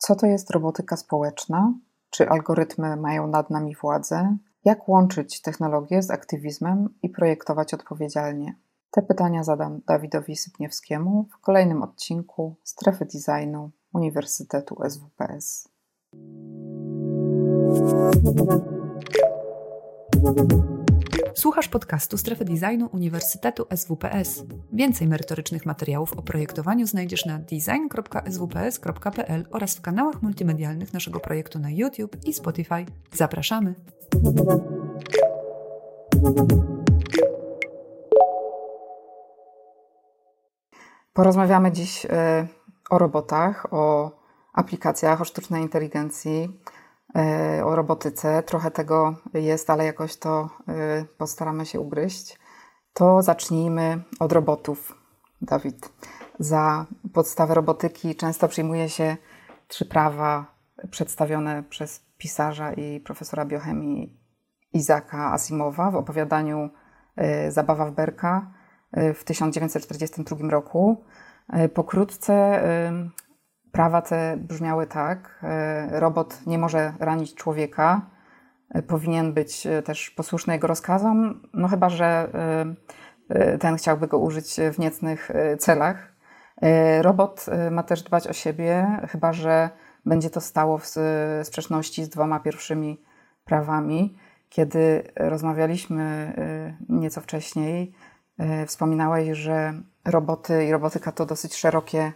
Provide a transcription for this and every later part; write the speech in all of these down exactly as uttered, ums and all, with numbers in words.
Co to jest robotyka społeczna? Czy algorytmy mają nad nami władzę? Jak łączyć technologię z aktywizmem i projektować odpowiedzialnie? Te pytania zadam Dawidowi Sypniewskiemu w kolejnym odcinku Strefy Designu Uniwersytetu S W P S. Słuchasz podcastu Strefy Designu Uniwersytetu S W P S. Więcej merytorycznych materiałów o projektowaniu znajdziesz na design kropka s w p s kropka p l oraz w kanałach multimedialnych naszego projektu na YouTube i Spotify. Zapraszamy! Porozmawiamy dziś o robotach, o aplikacjach, o sztucznej inteligencji, o robotyce. Trochę tego jest, ale jakoś to postaramy się ugryźć. To zacznijmy od robotów. Dawid, za podstawę robotyki często przyjmuje się trzy prawa przedstawione przez pisarza i profesora biochemii Isaaca Asimowa w opowiadaniu Zabawa w Berka w tysiąc dziewięćset czterdziestym drugim roku. Pokrótce prawa te brzmiały tak: robot nie może ranić człowieka, powinien być też posłuszny jego rozkazom, no chyba że ten chciałby go użyć w niecnych celach. Robot ma też dbać o siebie, chyba że będzie to stało w sprzeczności z dwoma pierwszymi prawami. Kiedy rozmawialiśmy nieco wcześniej, wspominałeś, że roboty i robotyka to dosyć szerokie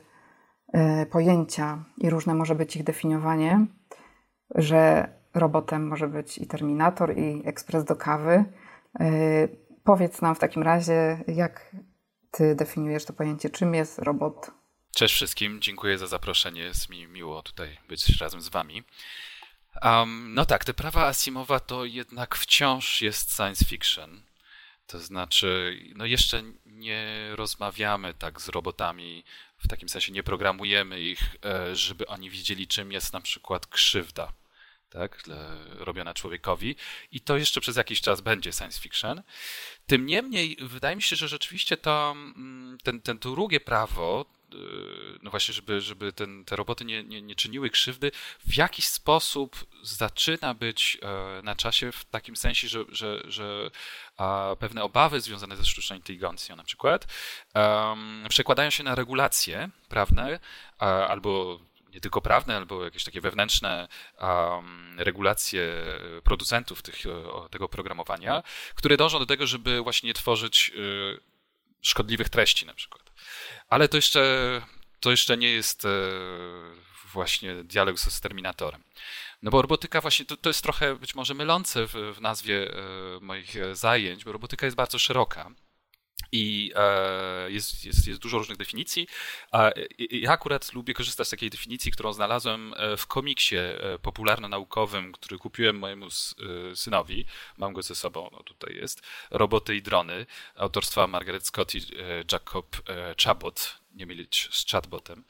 pojęcia i różne może być ich definiowanie, że robotem może być i terminator, i ekspres do kawy. Powiedz nam w takim razie, jak ty definiujesz to pojęcie, czym jest robot? Cześć wszystkim, dziękuję za zaproszenie, jest mi miło tutaj być razem z wami. Um, no tak, te prawa Asimowa to jednak wciąż jest science fiction. To znaczy, no jeszcze nie rozmawiamy tak z robotami, w takim sensie nie programujemy ich, żeby oni wiedzieli, czym jest na przykład krzywda, tak, robiona człowiekowi, i to jeszcze przez jakiś czas będzie science fiction. Tym niemniej wydaje mi się, że rzeczywiście to, ten, ten drugie prawo, no właśnie, żeby, żeby ten, te roboty nie, nie, nie czyniły krzywdy, w jakiś sposób zaczyna być na czasie w takim sensie, że, że, że pewne obawy związane ze sztuczną inteligencją na przykład um, przekładają się na regulacje prawne albo nie tylko prawne, albo jakieś takie wewnętrzne um, regulacje producentów tych, tego programowania, które dążą do tego, żeby właśnie nie tworzyć y, szkodliwych treści na przykład. Ale to jeszcze, to jeszcze nie jest e, właśnie dialog z, z Terminatorem. No bo robotyka właśnie, to, to jest trochę być może mylące w, w nazwie e, moich zajęć, bo robotyka jest bardzo szeroka i e, jest, jest, jest dużo różnych definicji. A ja akurat lubię korzystać z takiej definicji, którą znalazłem w komiksie popularno-naukowym, który kupiłem mojemu synowi. Mam go ze sobą, no tutaj jest. Roboty i drony, autorstwa Margaret Scott i Jacob Chabot, nie mylić z chatbotem.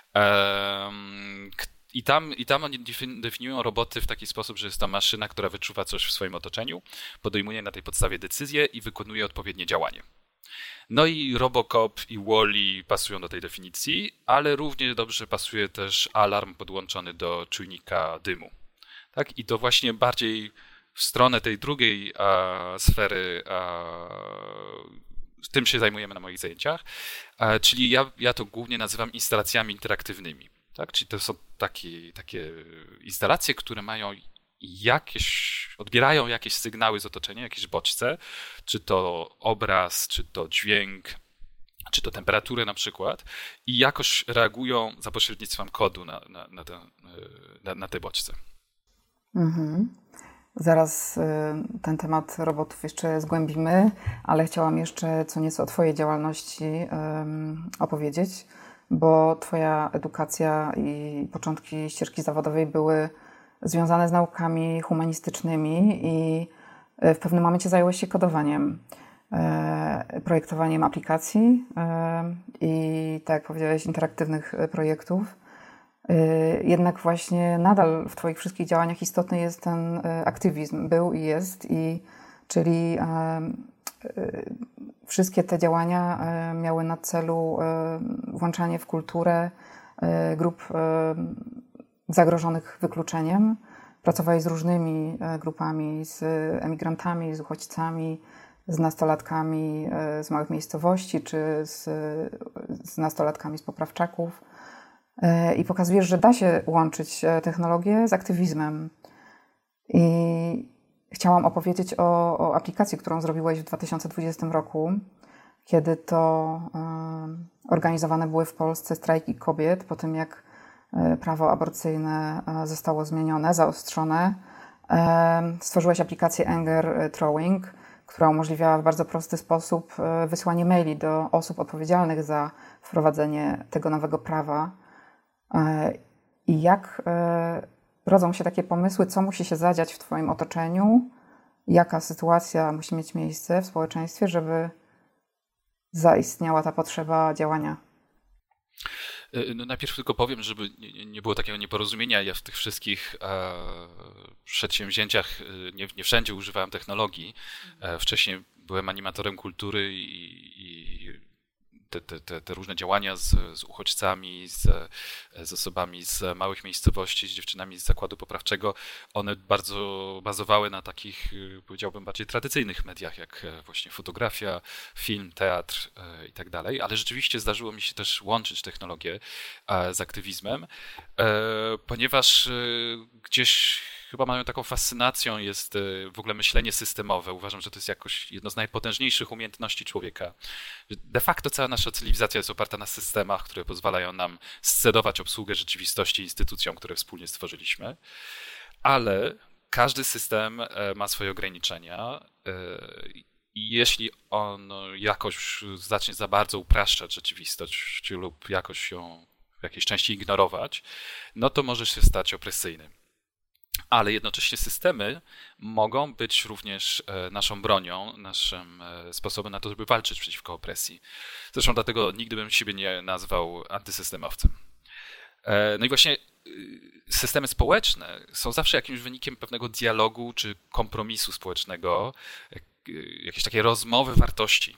I tam, I tam oni definiują roboty w taki sposób, że jest to maszyna, która wyczuwa coś w swoim otoczeniu, podejmuje na tej podstawie decyzje i wykonuje odpowiednie działanie. No i Robocop i Wall-E pasują do tej definicji, ale równie dobrze pasuje też alarm podłączony do czujnika dymu. Tak? I to właśnie bardziej w stronę tej drugiej a, sfery, a, tym się zajmujemy na moich zajęciach, a, czyli ja, ja to głównie nazywam instalacjami interaktywnymi. Tak? Czyli to są takie, takie instalacje, które mają jakieś, odbierają jakieś sygnały z otoczenia, jakieś bodźce, czy to obraz, czy to dźwięk, czy to temperaturę na przykład, i jakoś reagują za pośrednictwem kodu na, na, na, te, na, na te bodźce. Mhm. Zaraz ten temat robotów jeszcze zgłębimy, ale chciałam jeszcze co nieco o twojej działalności um, opowiedzieć, bo twoja edukacja i początki ścieżki zawodowej były związane z naukami humanistycznymi i w pewnym momencie zająłeś się kodowaniem, e, projektowaniem aplikacji e, i, tak jak powiedziałeś, interaktywnych projektów. E, jednak właśnie nadal w twoich wszystkich działaniach istotny jest ten aktywizm, był i jest, i czyli e, e, wszystkie te działania e, miały na celu e, włączanie w kulturę e, grup e, zagrożonych wykluczeniem. Pracowałeś z różnymi grupami, z emigrantami, z uchodźcami, z nastolatkami z małych miejscowości, czy z, z nastolatkami z poprawczaków. I pokazujesz, że da się łączyć technologię z aktywizmem. I chciałam opowiedzieć o, o aplikacji, którą zrobiłeś w dwa tysiące dwudziestym roku, kiedy to y, organizowane były w Polsce strajki kobiet po tym, jak y, prawo aborcyjne y, zostało zmienione, zaostrzone. Y, stworzyłeś aplikację Anger Throwing, która umożliwiała w bardzo prosty sposób y, wysłanie maili do osób odpowiedzialnych za wprowadzenie tego nowego prawa. Y, I jak y, rodzą się takie pomysły, co musi się zadziać w Twoim otoczeniu, jaka sytuacja musi mieć miejsce w społeczeństwie, żeby zaistniała ta potrzeba działania? No najpierw tylko powiem, żeby nie było takiego nieporozumienia. Ja w tych wszystkich e, przedsięwzięciach nie, nie wszędzie używałem technologii. E, wcześniej byłem animatorem kultury i, i te, te, te różne działania z, z uchodźcami, z, z osobami z małych miejscowości, z dziewczynami z zakładu poprawczego, one bardzo bazowały na takich, powiedziałbym, bardziej tradycyjnych mediach, jak właśnie fotografia, film, teatr i tak dalej, ale rzeczywiście zdarzyło mi się też łączyć technologię z aktywizmem, ponieważ gdzieś chyba mają taką fascynacją jest w ogóle myślenie systemowe. Uważam, że to jest jakoś jedno z najpotężniejszych umiejętności człowieka. De facto cała nasza cywilizacja jest oparta na systemach, które pozwalają nam scedować obsługę rzeczywistości instytucjom, które wspólnie stworzyliśmy, ale każdy system ma swoje ograniczenia i jeśli on jakoś zacznie za bardzo upraszczać rzeczywistość lub jakoś ją w jakiejś części ignorować, no to może się stać opresyjny. Ale jednocześnie systemy mogą być również naszą bronią, naszym sposobem na to, żeby walczyć przeciwko opresji. Zresztą dlatego nigdy bym siebie nie nazwał antysystemowcem. No i właśnie systemy społeczne są zawsze jakimś wynikiem pewnego dialogu czy kompromisu społecznego, jakieś takie rozmowy wartości.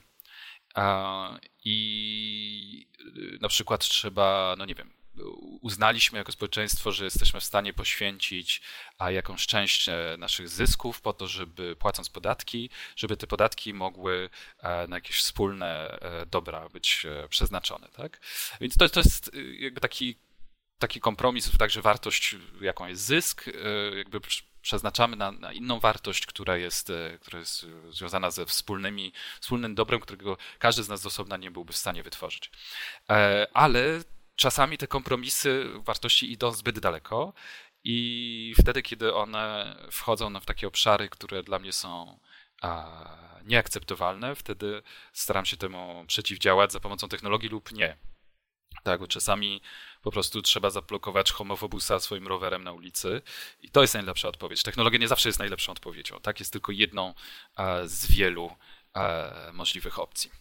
I na przykład trzeba, no nie wiem, uznaliśmy jako społeczeństwo, że jesteśmy w stanie poświęcić a jakąś część naszych zysków po to, żeby płacąc podatki, żeby te podatki mogły na jakieś wspólne dobra być przeznaczone. Tak? Więc to, to jest jakby taki, taki kompromis, także wartość, jaką jest zysk, jakby przeznaczamy na, na inną wartość, która jest, która jest związana ze wspólnymi, wspólnym dobrem, którego każdy z nas z osobna nie byłby w stanie wytworzyć. Ale czasami te kompromisy wartości idą zbyt daleko i wtedy, kiedy one wchodzą w takie obszary, które dla mnie są nieakceptowalne, wtedy staram się temu przeciwdziałać za pomocą technologii lub nie. Tak, bo czasami po prostu trzeba zablokować homofobusa swoim rowerem na ulicy i to jest najlepsza odpowiedź. Technologia nie zawsze jest najlepszą odpowiedzią, tak? Jest tylko jedną z wielu możliwych opcji.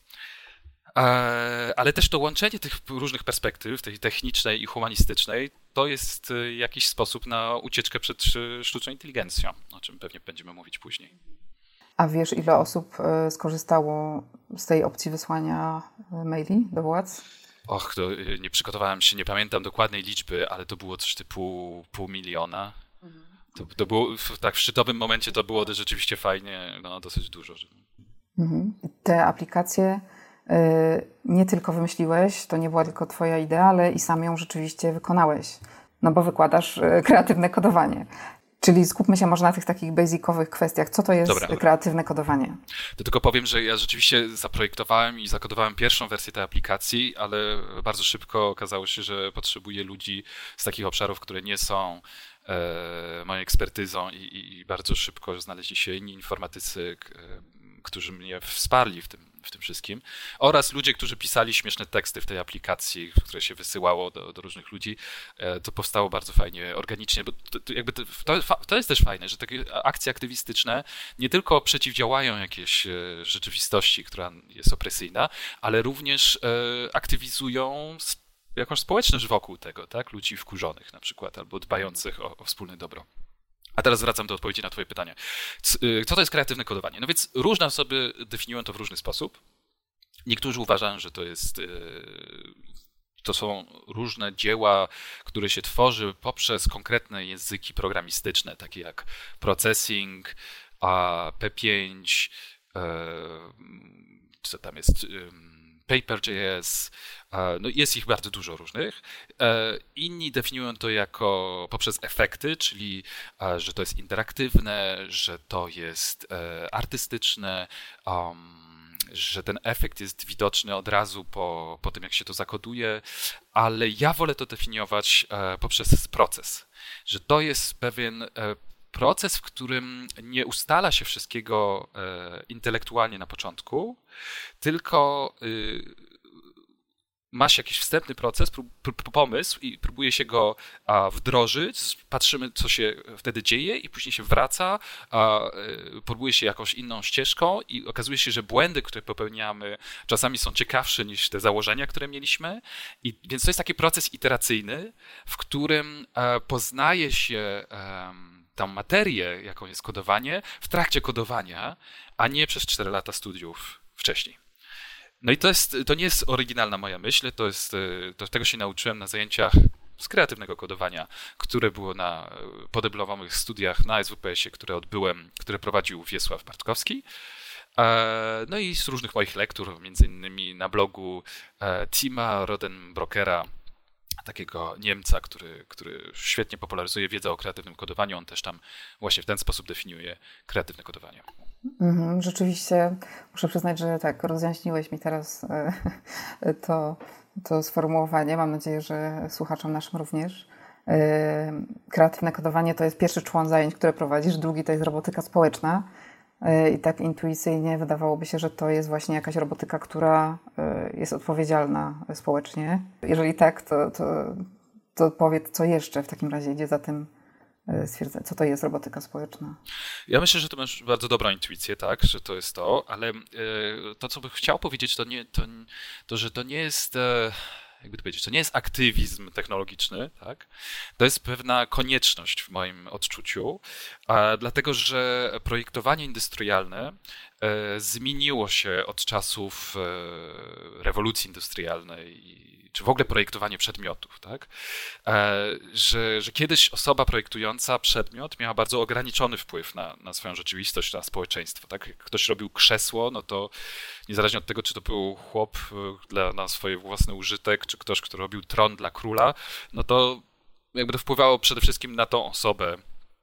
Ale też to łączenie tych różnych perspektyw, tej technicznej i humanistycznej, to jest jakiś sposób na ucieczkę przed sztuczną inteligencją, o czym pewnie będziemy mówić później. A wiesz, ile osób skorzystało z tej opcji wysłania maili do władz? Och, to nie przygotowałem się, nie pamiętam dokładnej liczby, ale to było coś typu pół miliona. To, to było, tak w szczytowym momencie to było rzeczywiście fajnie, no dosyć dużo. Mhm. Te aplikacje nie tylko wymyśliłeś, to nie była tylko twoja idea, ale i sam ją rzeczywiście wykonałeś, no bo wykładasz kreatywne kodowanie. Czyli skupmy się może na tych takich basicowych kwestiach. Co to jest Dobra. kreatywne kodowanie? To tylko powiem, że ja rzeczywiście zaprojektowałem i zakodowałem pierwszą wersję tej aplikacji, ale bardzo szybko okazało się, że potrzebuję ludzi z takich obszarów, które nie są e, moją ekspertyzą i, i bardzo szybko znaleźli się inni informatycy, e, którzy mnie wsparli w tym, w tym wszystkim, oraz ludzie, którzy pisali śmieszne teksty w tej aplikacji, które się wysyłało do, do różnych ludzi. To powstało bardzo fajnie, organicznie, bo to, to, jakby to, to jest też fajne, że takie akcje aktywistyczne nie tylko przeciwdziałają jakiejś rzeczywistości, która jest opresyjna, ale również aktywizują jakąś społeczność wokół tego, tak? Ludzi wkurzonych na przykład, albo dbających o, o wspólne dobro. A teraz wracam do odpowiedzi na twoje pytanie. Co to jest kreatywne kodowanie? No więc różne osoby definiują to w różny sposób. Niektórzy uważają, że to jest To są różne dzieła, które się tworzy poprzez konkretne języki programistyczne, takie jak Processing, P pięć, co tam jest, Paper.js, no jest ich bardzo dużo różnych. Inni definiują to jako poprzez efekty, czyli że to jest interaktywne, że to jest artystyczne, że ten efekt jest widoczny od razu po, po tym, jak się to zakoduje, ale ja wolę to definiować poprzez proces, że to jest pewien proces, w którym nie ustala się wszystkiego intelektualnie na początku, tylko ma się jakiś wstępny proces, prób, prób, pomysł i próbuje się go a, wdrożyć, patrzymy, co się wtedy dzieje i później się wraca, a, y, próbuje się jakąś inną ścieżką i okazuje się, że błędy, które popełniamy, czasami są ciekawsze niż te założenia, które mieliśmy. I, więc to jest taki proces iteracyjny, w którym e, poznaje się e, tą materię, jaką jest kodowanie, w trakcie kodowania, a nie przez cztery lata studiów wcześniej. No i to, jest, to nie jest oryginalna moja myśl, to jest, to tego się nauczyłem na zajęciach z kreatywnego kodowania, które było na podyplomowych studiach na S W P S-ie, które odbyłem, które prowadził Wiesław Bartkowski. No i z różnych moich lektur, między innymi na blogu Tima Rodenbrokera, takiego Niemca, który, który świetnie popularyzuje wiedzę o kreatywnym kodowaniu. On też tam właśnie w ten sposób definiuje kreatywne kodowanie. Mhm, rzeczywiście muszę przyznać, że tak, rozjaśniłeś mi teraz to, to sformułowanie. Mam nadzieję, że słuchaczom naszym również. Kreatywne kodowanie to jest pierwszy człon zajęć, które prowadzisz, drugi to jest robotyka społeczna. I tak intuicyjnie wydawałoby się, że to jest właśnie jakaś robotyka, która jest odpowiedzialna społecznie. Jeżeli tak, to, to, to powiedz, co jeszcze w takim razie idzie za tym stwierdzenie, co to jest robotyka społeczna. Ja myślę, że to masz bardzo dobrą intuicję, tak, że to jest to, ale to, co bym chciał powiedzieć, to, nie, to, to że to nie jest... jakby to powiedzieć, to nie jest aktywizm technologiczny, tak? To jest pewna konieczność w moim odczuciu, a dlatego że projektowanie industrialne e, zmieniło się od czasów e, rewolucji industrialnej, czy w ogóle projektowanie przedmiotów, tak? E, że, że kiedyś osoba projektująca przedmiot miała bardzo ograniczony wpływ na, na swoją rzeczywistość, na społeczeństwo, tak? Jak ktoś robił krzesło, no to niezależnie od tego, czy to był chłop dla, na swoje własny użytek, czy ktoś, kto robił tron dla króla, no to jakby to wpływało przede wszystkim na tą osobę,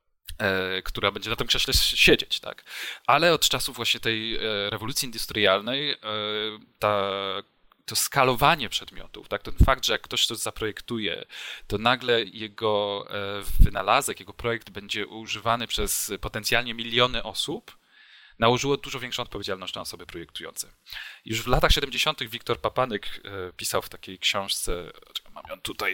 e, która będzie na tym krześle siedzieć, tak? Ale od czasów właśnie tej e, rewolucji industrialnej e, ta to skalowanie przedmiotów, tak? Ten fakt, że jak ktoś coś zaprojektuje, to nagle jego wynalazek, jego projekt będzie używany przez potencjalnie miliony osób, nałożyło dużo większą odpowiedzialność na osoby projektujące. Już w latach siedemdziesiątych Wiktor Papanek pisał w takiej książce, mam ją tutaj,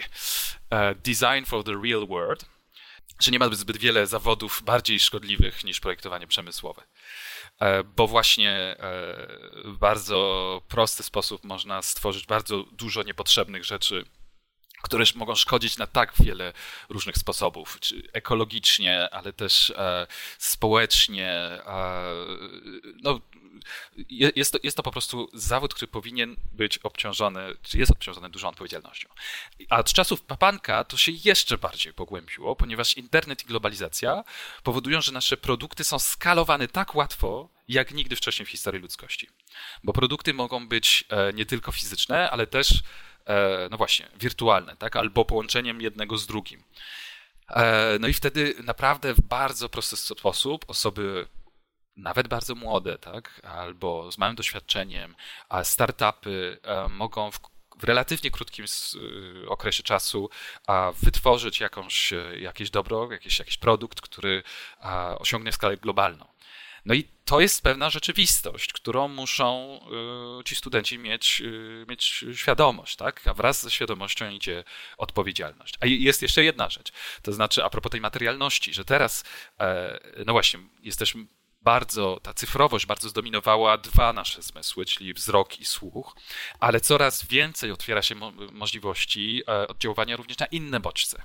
Design for the Real World, że nie ma zbyt wiele zawodów bardziej szkodliwych niż projektowanie przemysłowe. Bo właśnie w bardzo prosty sposób można stworzyć bardzo dużo niepotrzebnych rzeczy, które mogą szkodzić na tak wiele różnych sposobów, czy ekologicznie, ale też społecznie. No, jest to, jest to po prostu zawód, który powinien być obciążony, czy jest obciążony dużą odpowiedzialnością. A od czasów Papanka to się jeszcze bardziej pogłębiło, ponieważ internet i globalizacja powodują, że nasze produkty są skalowane tak łatwo, jak nigdy wcześniej w historii ludzkości. Bo produkty mogą być nie tylko fizyczne, ale też, no właśnie, wirtualne, tak? Albo połączeniem jednego z drugim. No i wtedy naprawdę w bardzo prosty sposób osoby, nawet bardzo młode, tak, albo z małym doświadczeniem, a startupy mogą w, w relatywnie krótkim okresie czasu wytworzyć jakąś, jakieś dobro, jakiś, jakiś produkt, który osiągnie skalę globalną. No i to jest pewna rzeczywistość, którą muszą ci studenci mieć, mieć świadomość, tak? A wraz ze świadomością idzie odpowiedzialność. A jest jeszcze jedna rzecz, to znaczy a propos tej materialności, że teraz, no właśnie, jesteśmy bardzo, ta cyfrowość bardzo zdominowała dwa nasze zmysły, czyli wzrok i słuch, ale coraz więcej otwiera się mo- możliwości oddziaływania również na inne bodźce.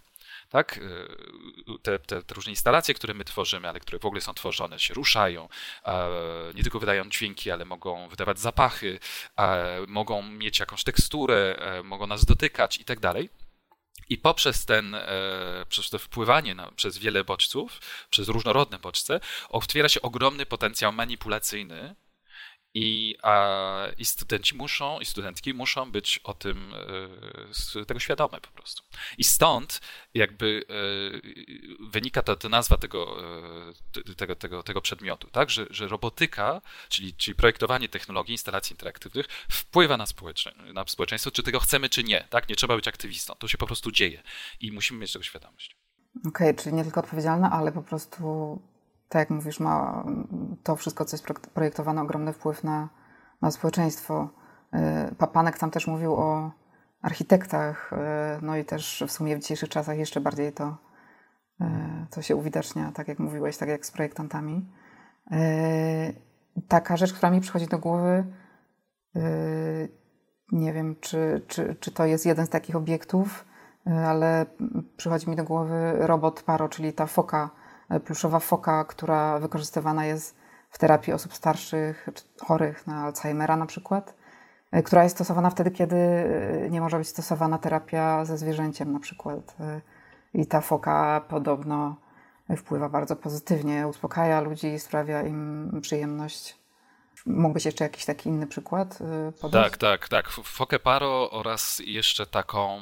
Tak? Te, te, te różne instalacje, które my tworzymy, ale które w ogóle są tworzone, się ruszają, nie tylko wydają dźwięki, ale mogą wydawać zapachy, mogą mieć jakąś teksturę, mogą nas dotykać i tak dalej. I poprzez ten, przez to wpływanie na, przez wiele bodźców, przez różnorodne bodźce, otwiera się ogromny potencjał manipulacyjny i, a, i studenci muszą, i studentki muszą być o tym, z tego świadome po prostu. I stąd jakby wynika ta, ta nazwa tego, tego, tego, tego przedmiotu, tak? że, że robotyka, czyli, czyli projektowanie technologii, instalacji interaktywnych wpływa na, społecze, na społeczeństwo, czy tego chcemy, czy nie. Tak? Nie trzeba być aktywistą, to się po prostu dzieje i musimy mieć tego świadomość. Okej, okay, czyli nie tylko odpowiedzialna, ale po prostu, tak jak mówisz, ma to wszystko, co jest projektowane, ogromny wpływ na, na społeczeństwo. Papanek tam też mówił o architektach, no i też w sumie w dzisiejszych czasach jeszcze bardziej to, to się uwidacznia, tak jak mówiłeś, tak jak z projektantami. Taka rzecz, która mi przychodzi do głowy, nie wiem, czy, czy, czy to jest jeden z takich obiektów, ale przychodzi mi do głowy robot Paro, czyli ta foka, pluszowa foka, która wykorzystywana jest w terapii osób starszych, chorych na Alzheimera na przykład, która jest stosowana wtedy, kiedy nie może być stosowana terapia ze zwierzęciem na przykład. I ta foka podobno wpływa bardzo pozytywnie, uspokaja ludzi, sprawia im przyjemność. Mógłbyś jeszcze jakiś taki inny przykład podać? Tak, tak, tak. Fokę Paro oraz jeszcze taką...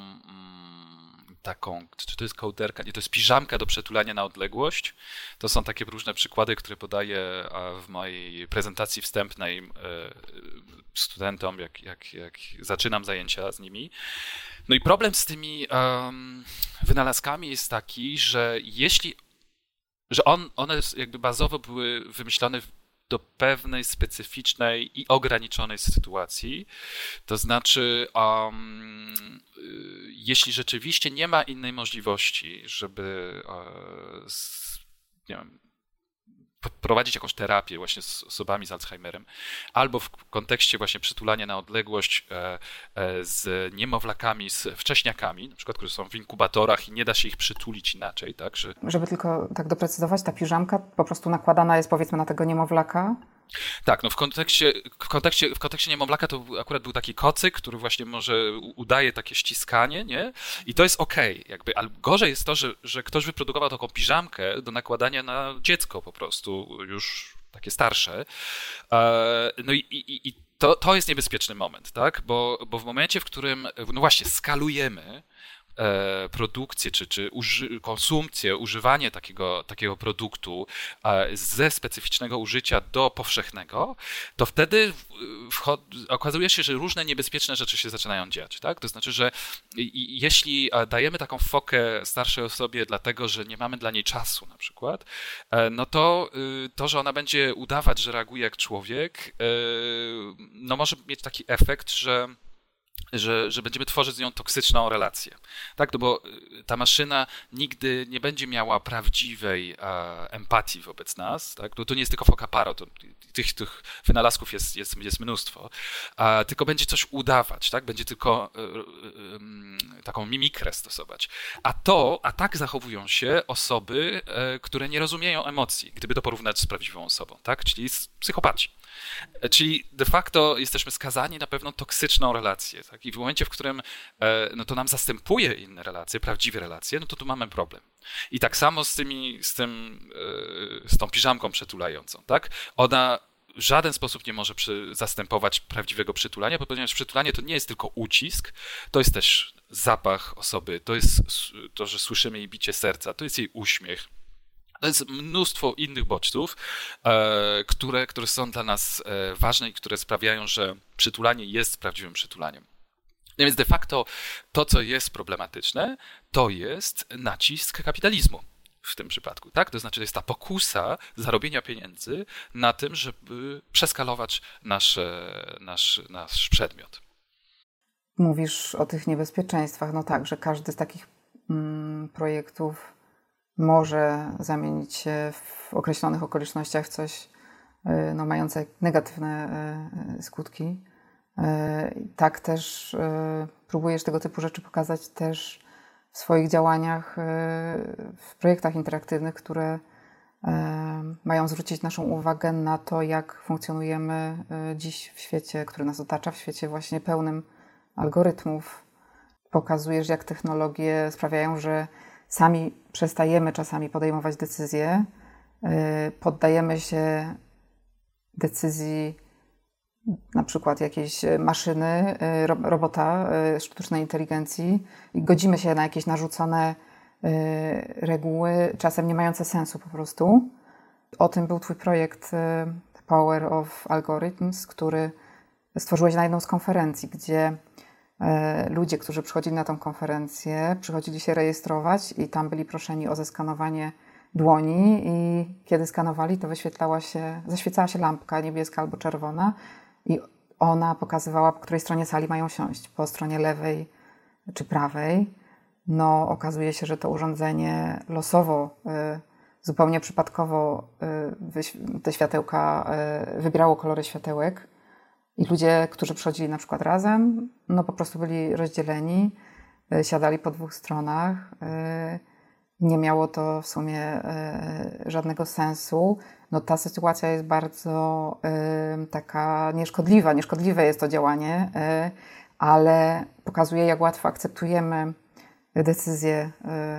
taką, czy to jest kołderka? Nie, to jest piżamka do przetulania na odległość. To są takie różne przykłady, które podaję w mojej prezentacji wstępnej studentom, jak, jak, jak zaczynam zajęcia z nimi. No i problem z tymi um, wynalazkami jest taki, że jeśli, że on, one jakby bazowo były wymyślone do pewnej specyficznej i ograniczonej sytuacji. To znaczy, um, jeśli rzeczywiście nie ma innej możliwości, żeby uh, z, nie wiem, prowadzić jakąś terapię właśnie z osobami z Alzheimerem, albo w kontekście właśnie przytulania na odległość e, e, z niemowlakami, z wcześniakami, na przykład, którzy są w inkubatorach i nie da się ich przytulić inaczej, tak? Że... Żeby tylko tak doprecyzować, ta piżamka po prostu nakładana jest powiedzmy na tego niemowlaka? Tak, no w kontekście, w kontekście, w kontekście niemowlaka to akurat był taki kocyk, który właśnie może udaje takie ściskanie, nie? I to jest okej, okay, jakby, ale gorzej jest to, że, że ktoś wyprodukował taką piżamkę do nakładania na dziecko po prostu, już takie starsze. No i, i, i to, to jest niebezpieczny moment, tak? Bo, bo w momencie, w którym, no właśnie, skalujemy produkcję, czy, czy uży, konsumpcję, używanie takiego, takiego produktu ze specyficznego użycia do powszechnego, to wtedy wchod- okazuje się, że różne niebezpieczne rzeczy się zaczynają dziać. Tak? To znaczy, że jeśli dajemy taką fokę starszej osobie dlatego, że nie mamy dla niej czasu na przykład, no to to, że ona będzie udawać, że reaguje jak człowiek, no może mieć taki efekt, że Że, że będziemy tworzyć z nią toksyczną relację. Tak, no bo ta maszyna nigdy nie będzie miała prawdziwej e, empatii wobec nas. Tak? No to nie jest tylko foka Paro, to tych, tych wynalazków jest, jest, jest mnóstwo, a, tylko będzie coś udawać, tak? Będzie tylko e, e, taką mimikrę stosować. A to, a tak zachowują się osoby, e, które nie rozumieją emocji, gdyby to porównać z prawdziwą osobą, tak? Czyli z psychopaci. Czyli de facto jesteśmy skazani na pewną toksyczną relację. Tak? I w momencie, w którym no to nam zastępuje inne relacje, prawdziwe relacje, no to tu mamy problem. I tak samo z, tymi, z, tym, z tą piżamką przetulającą. Tak? Ona w żaden sposób nie może przy, zastępować prawdziwego przytulania, ponieważ przytulanie to nie jest tylko ucisk, to jest też zapach osoby, to jest to, że słyszymy jej bicie serca, to jest jej uśmiech. To jest mnóstwo innych bodźców, e, które, które są dla nas e, ważne i które sprawiają, że przytulanie jest prawdziwym przytulaniem. No więc de facto to, co jest problematyczne, to jest nacisk kapitalizmu w tym przypadku. Tak? To znaczy, to jest ta pokusa zarobienia pieniędzy na tym, żeby przeskalować nasz, nasz, nasz przedmiot. Mówisz o tych niebezpieczeństwach. No tak, że każdy z takich mm, projektów może zamienić się w określonych okolicznościach w coś no, mające negatywne skutki. Tak też próbujesz tego typu rzeczy pokazać też w w swoich działaniach, w projektach interaktywnych, które mają zwrócić naszą uwagę na to, jak funkcjonujemy dziś w świecie, który nas otacza, w świecie właśnie pełnym algorytmów. Pokazujesz, jak technologie sprawiają, że sami przestajemy czasami podejmować decyzje, poddajemy się decyzji na przykład jakiejś maszyny, robota, sztucznej inteligencji i godzimy się na jakieś narzucone reguły, czasem nie mające sensu po prostu. O tym był twój projekt Power of Algorithms, który stworzyłeś na jedną z konferencji, gdzie ludzie, którzy przychodzili na tą konferencję, przychodzili się rejestrować i tam byli proszeni o zeskanowanie dłoni i kiedy skanowali, to wyświetlała się, zaświecała się lampka niebieska albo czerwona i ona pokazywała, po której stronie sali mają siąść, po stronie lewej czy prawej. No, okazuje się, że to urządzenie losowo, y, zupełnie przypadkowo y, te światełka, y, wybierało kolory światełek i ludzie, którzy przychodzili na przykład razem, no po prostu byli rozdzieleni, y, siadali po dwóch stronach. Y, nie miało to w sumie y, żadnego sensu. No, ta sytuacja jest bardzo y, taka nieszkodliwa, nieszkodliwe jest to działanie, y, ale pokazuje, jak łatwo akceptujemy decyzje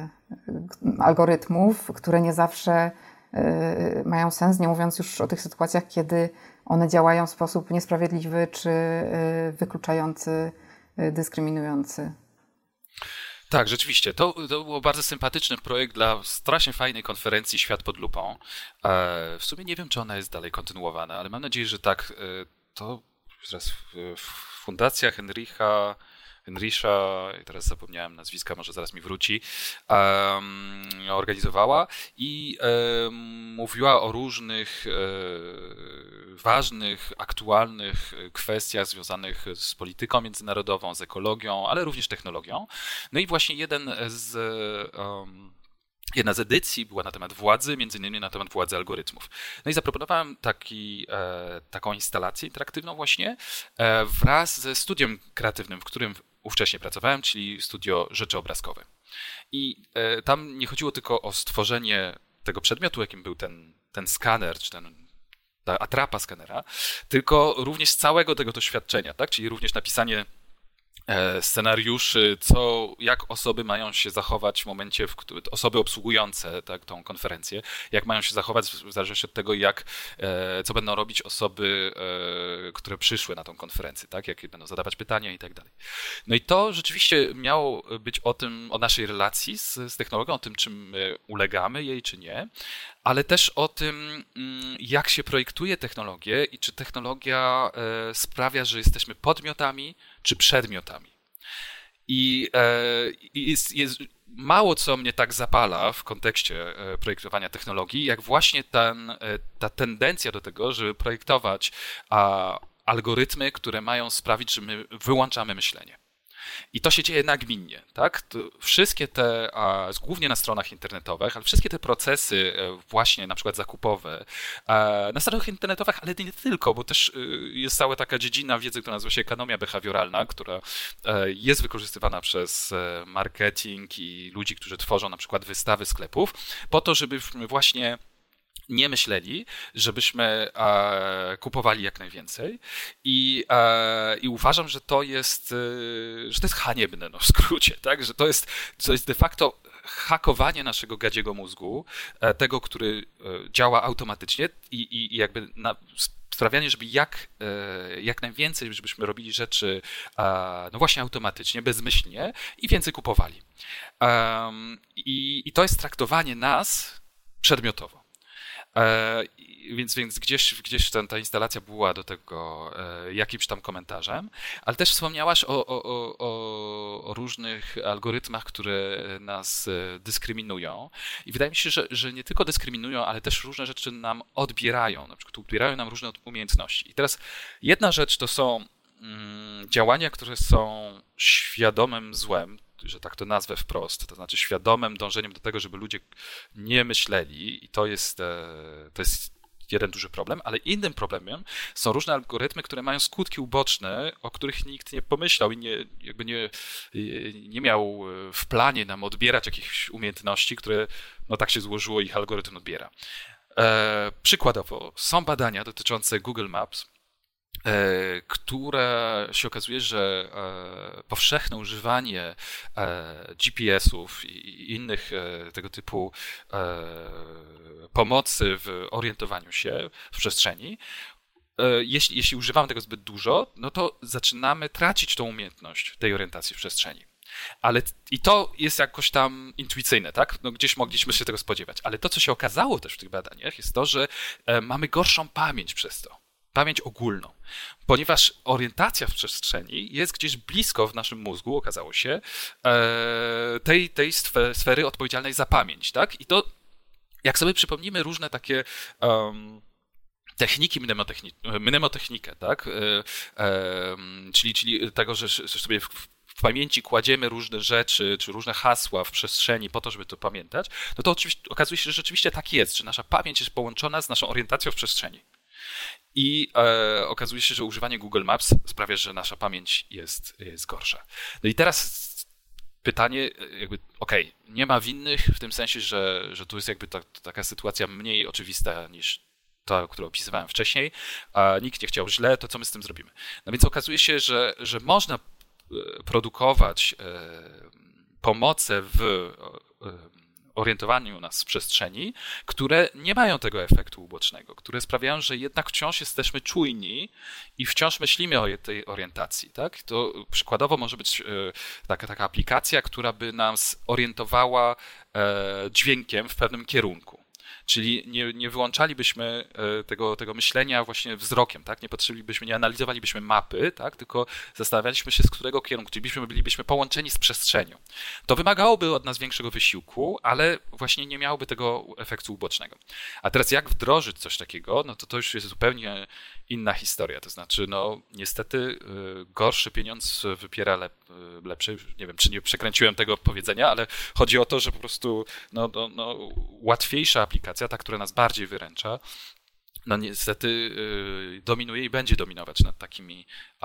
y, algorytmów, które nie zawsze y, mają sens, nie mówiąc już o tych sytuacjach, kiedy one działają w sposób niesprawiedliwy czy y, wykluczający, y, dyskryminujący. Tak, rzeczywiście. To, to był bardzo sympatyczny projekt dla strasznie fajnej konferencji Świat pod lupą. E, w sumie nie wiem, czy ona jest dalej kontynuowana, ale mam nadzieję, że tak. E, to teraz w, w Fundacja Henricha Henrisza, teraz zapomniałem nazwiska, może zaraz mi wróci, um, organizowała i um, mówiła o różnych um, ważnych, aktualnych kwestiach związanych z polityką międzynarodową, z ekologią, ale również technologią. No i właśnie jeden z... Um, Jedna z edycji była na temat władzy, między innymi na temat władzy algorytmów. No i zaproponowałem taki, e, taką instalację interaktywną właśnie e, wraz ze studiem kreatywnym, w którym ówcześnie pracowałem, czyli studio rzeczy obrazkowe. I e, tam nie chodziło tylko o stworzenie tego przedmiotu, jakim był ten, ten skaner, czy ten, ta atrapa skanera, tylko również całego tego doświadczenia, tak? Czyli również napisanie scenariuszy, co, jak osoby mają się zachować w momencie, w którym osoby obsługujące tak, tą konferencję, jak mają się zachować w zależności od tego, jak, co będą robić osoby, które przyszły na tą konferencję, tak, jakie będą zadawać pytania i tak dalej. No i to rzeczywiście miało być o tym, o naszej relacji z, z technologią, o tym, czym ulegamy jej, czy nie, ale też o tym, jak się projektuje technologię i czy technologia sprawia, że jesteśmy podmiotami, czy przedmiotami. I jest, jest mało co mnie tak zapala w kontekście projektowania technologii, jak właśnie ten, ta tendencja do tego, żeby projektować algorytmy, które mają sprawić, że my wyłączamy myślenie. I to się dzieje nagminnie, tak? To wszystkie te, a, głównie na stronach internetowych, ale wszystkie te procesy właśnie na przykład zakupowe, a, na stronach internetowych, ale nie tylko, bo też jest cała taka dziedzina wiedzy, która nazywa się ekonomia behawioralna, która jest wykorzystywana przez marketing i ludzi, którzy tworzą na przykład wystawy sklepów, po to, żebyśmy właśnie nie myśleli, żebyśmy e, kupowali jak najwięcej i, e, i uważam, że to jest, e, że to jest haniebne, no w skrócie, tak? Że to jest, to jest de facto hakowanie naszego gadziego mózgu, e, tego, który e, działa automatycznie i, i, i jakby na, sprawianie, żeby jak, e, jak najwięcej, żebyśmy robili rzeczy e, no właśnie automatycznie, bezmyślnie i więcej kupowali. E, i, I to jest traktowanie nas przedmiotowo. E, więc, więc gdzieś, gdzieś ten, ta instalacja była do tego e, jakimś tam komentarzem, ale też wspomniałaś o, o, o, o różnych algorytmach, które nas dyskryminują i wydaje mi się, że, że nie tylko dyskryminują, ale też różne rzeczy nam odbierają, na przykład odbierają nam różne umiejętności. I teraz jedna rzecz to są mm, działania, które są świadomym złem, że tak to nazwę wprost, to znaczy świadomym dążeniem do tego, żeby ludzie nie myśleli i to jest, to jest jeden duży problem, ale innym problemem są różne algorytmy, które mają skutki uboczne, o których nikt nie pomyślał i nie, jakby nie, nie miał w planie nam odbierać jakichś umiejętności, które no tak się złożyło, ich algorytm odbiera. E, przykładowo są badania dotyczące Google Maps, które się okazuje, że powszechne używanie G P S-ów i innych tego typu pomocy w orientowaniu się w przestrzeni, jeśli, jeśli używamy tego zbyt dużo, no to zaczynamy tracić tą umiejętność tej orientacji w przestrzeni. Ale i to jest jakoś tam intuicyjne, tak? No gdzieś mogliśmy się tego spodziewać. Ale to, co się okazało też w tych badaniach, jest to, że mamy gorszą pamięć przez to. Pamięć ogólną, ponieważ orientacja w przestrzeni jest gdzieś blisko w naszym mózgu, okazało się, tej, tej sfery odpowiedzialnej za pamięć, tak? I to, jak sobie przypomnimy różne takie um, techniki, mnemotechni- mnemotechnikę, tak? Um, czyli, czyli tego, że, że sobie w, w pamięci kładziemy różne rzeczy, czy różne hasła w przestrzeni po to, żeby to pamiętać, no to oczywiście okazuje się, że rzeczywiście tak jest, że nasza pamięć jest połączona z naszą orientacją w przestrzeni. I e, okazuje się, że używanie Google Maps sprawia, że nasza pamięć jest, jest gorsza. No i teraz pytanie, jakby, okej, okay, nie ma winnych w tym sensie, że, że tu jest jakby ta, taka sytuacja mniej oczywista niż ta, którą opisywałem wcześniej, a nikt nie chciał źle, to co my z tym zrobimy? No więc okazuje się, że, że można produkować e, pomoce w e, orientowaniu nas w przestrzeni, które nie mają tego efektu ubocznego, które sprawiają, że jednak wciąż jesteśmy czujni i wciąż myślimy o tej orientacji. Tak? To przykładowo może być taka, taka aplikacja, która by nas orientowała dźwiękiem w pewnym kierunku. Czyli nie, nie wyłączalibyśmy tego, tego myślenia właśnie wzrokiem, tak? Nie patrzylibyśmy, nie analizowalibyśmy mapy, tak? Tylko zastanawialiśmy się, z którego kierunku, czyli byśmy, bylibyśmy połączeni z przestrzenią. To wymagałoby od nas większego wysiłku, ale właśnie nie miałoby tego efektu ubocznego. A teraz jak wdrożyć coś takiego, no to to już jest zupełnie inna historia. To znaczy, no niestety gorszy pieniądz wypiera lep, lepszy. Nie wiem, czy nie przekręciłem tego powiedzenia, ale chodzi o to, że po prostu no, no, no, łatwiejsza aplikacja, ta, która nas bardziej wyręcza, no niestety y, dominuje i będzie dominować nad takimi,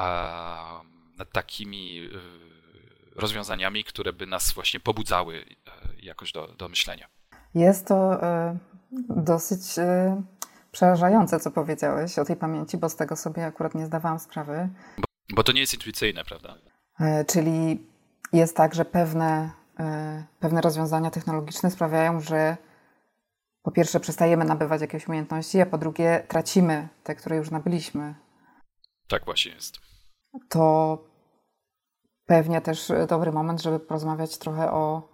a, nad takimi y, rozwiązaniami, które by nas właśnie pobudzały y, jakoś do, do myślenia. Jest to y, dosyć y, przerażające, co powiedziałeś o tej pamięci, bo z tego sobie akurat nie zdawałam sprawy. Bo, bo to nie jest intuicyjne, prawda? Y, czyli jest tak, że pewne, y, pewne rozwiązania technologiczne sprawiają, że po pierwsze przestajemy nabywać jakieś umiejętności, a po drugie tracimy te, które już nabyliśmy. Tak właśnie jest. To pewnie też dobry moment, żeby porozmawiać trochę o,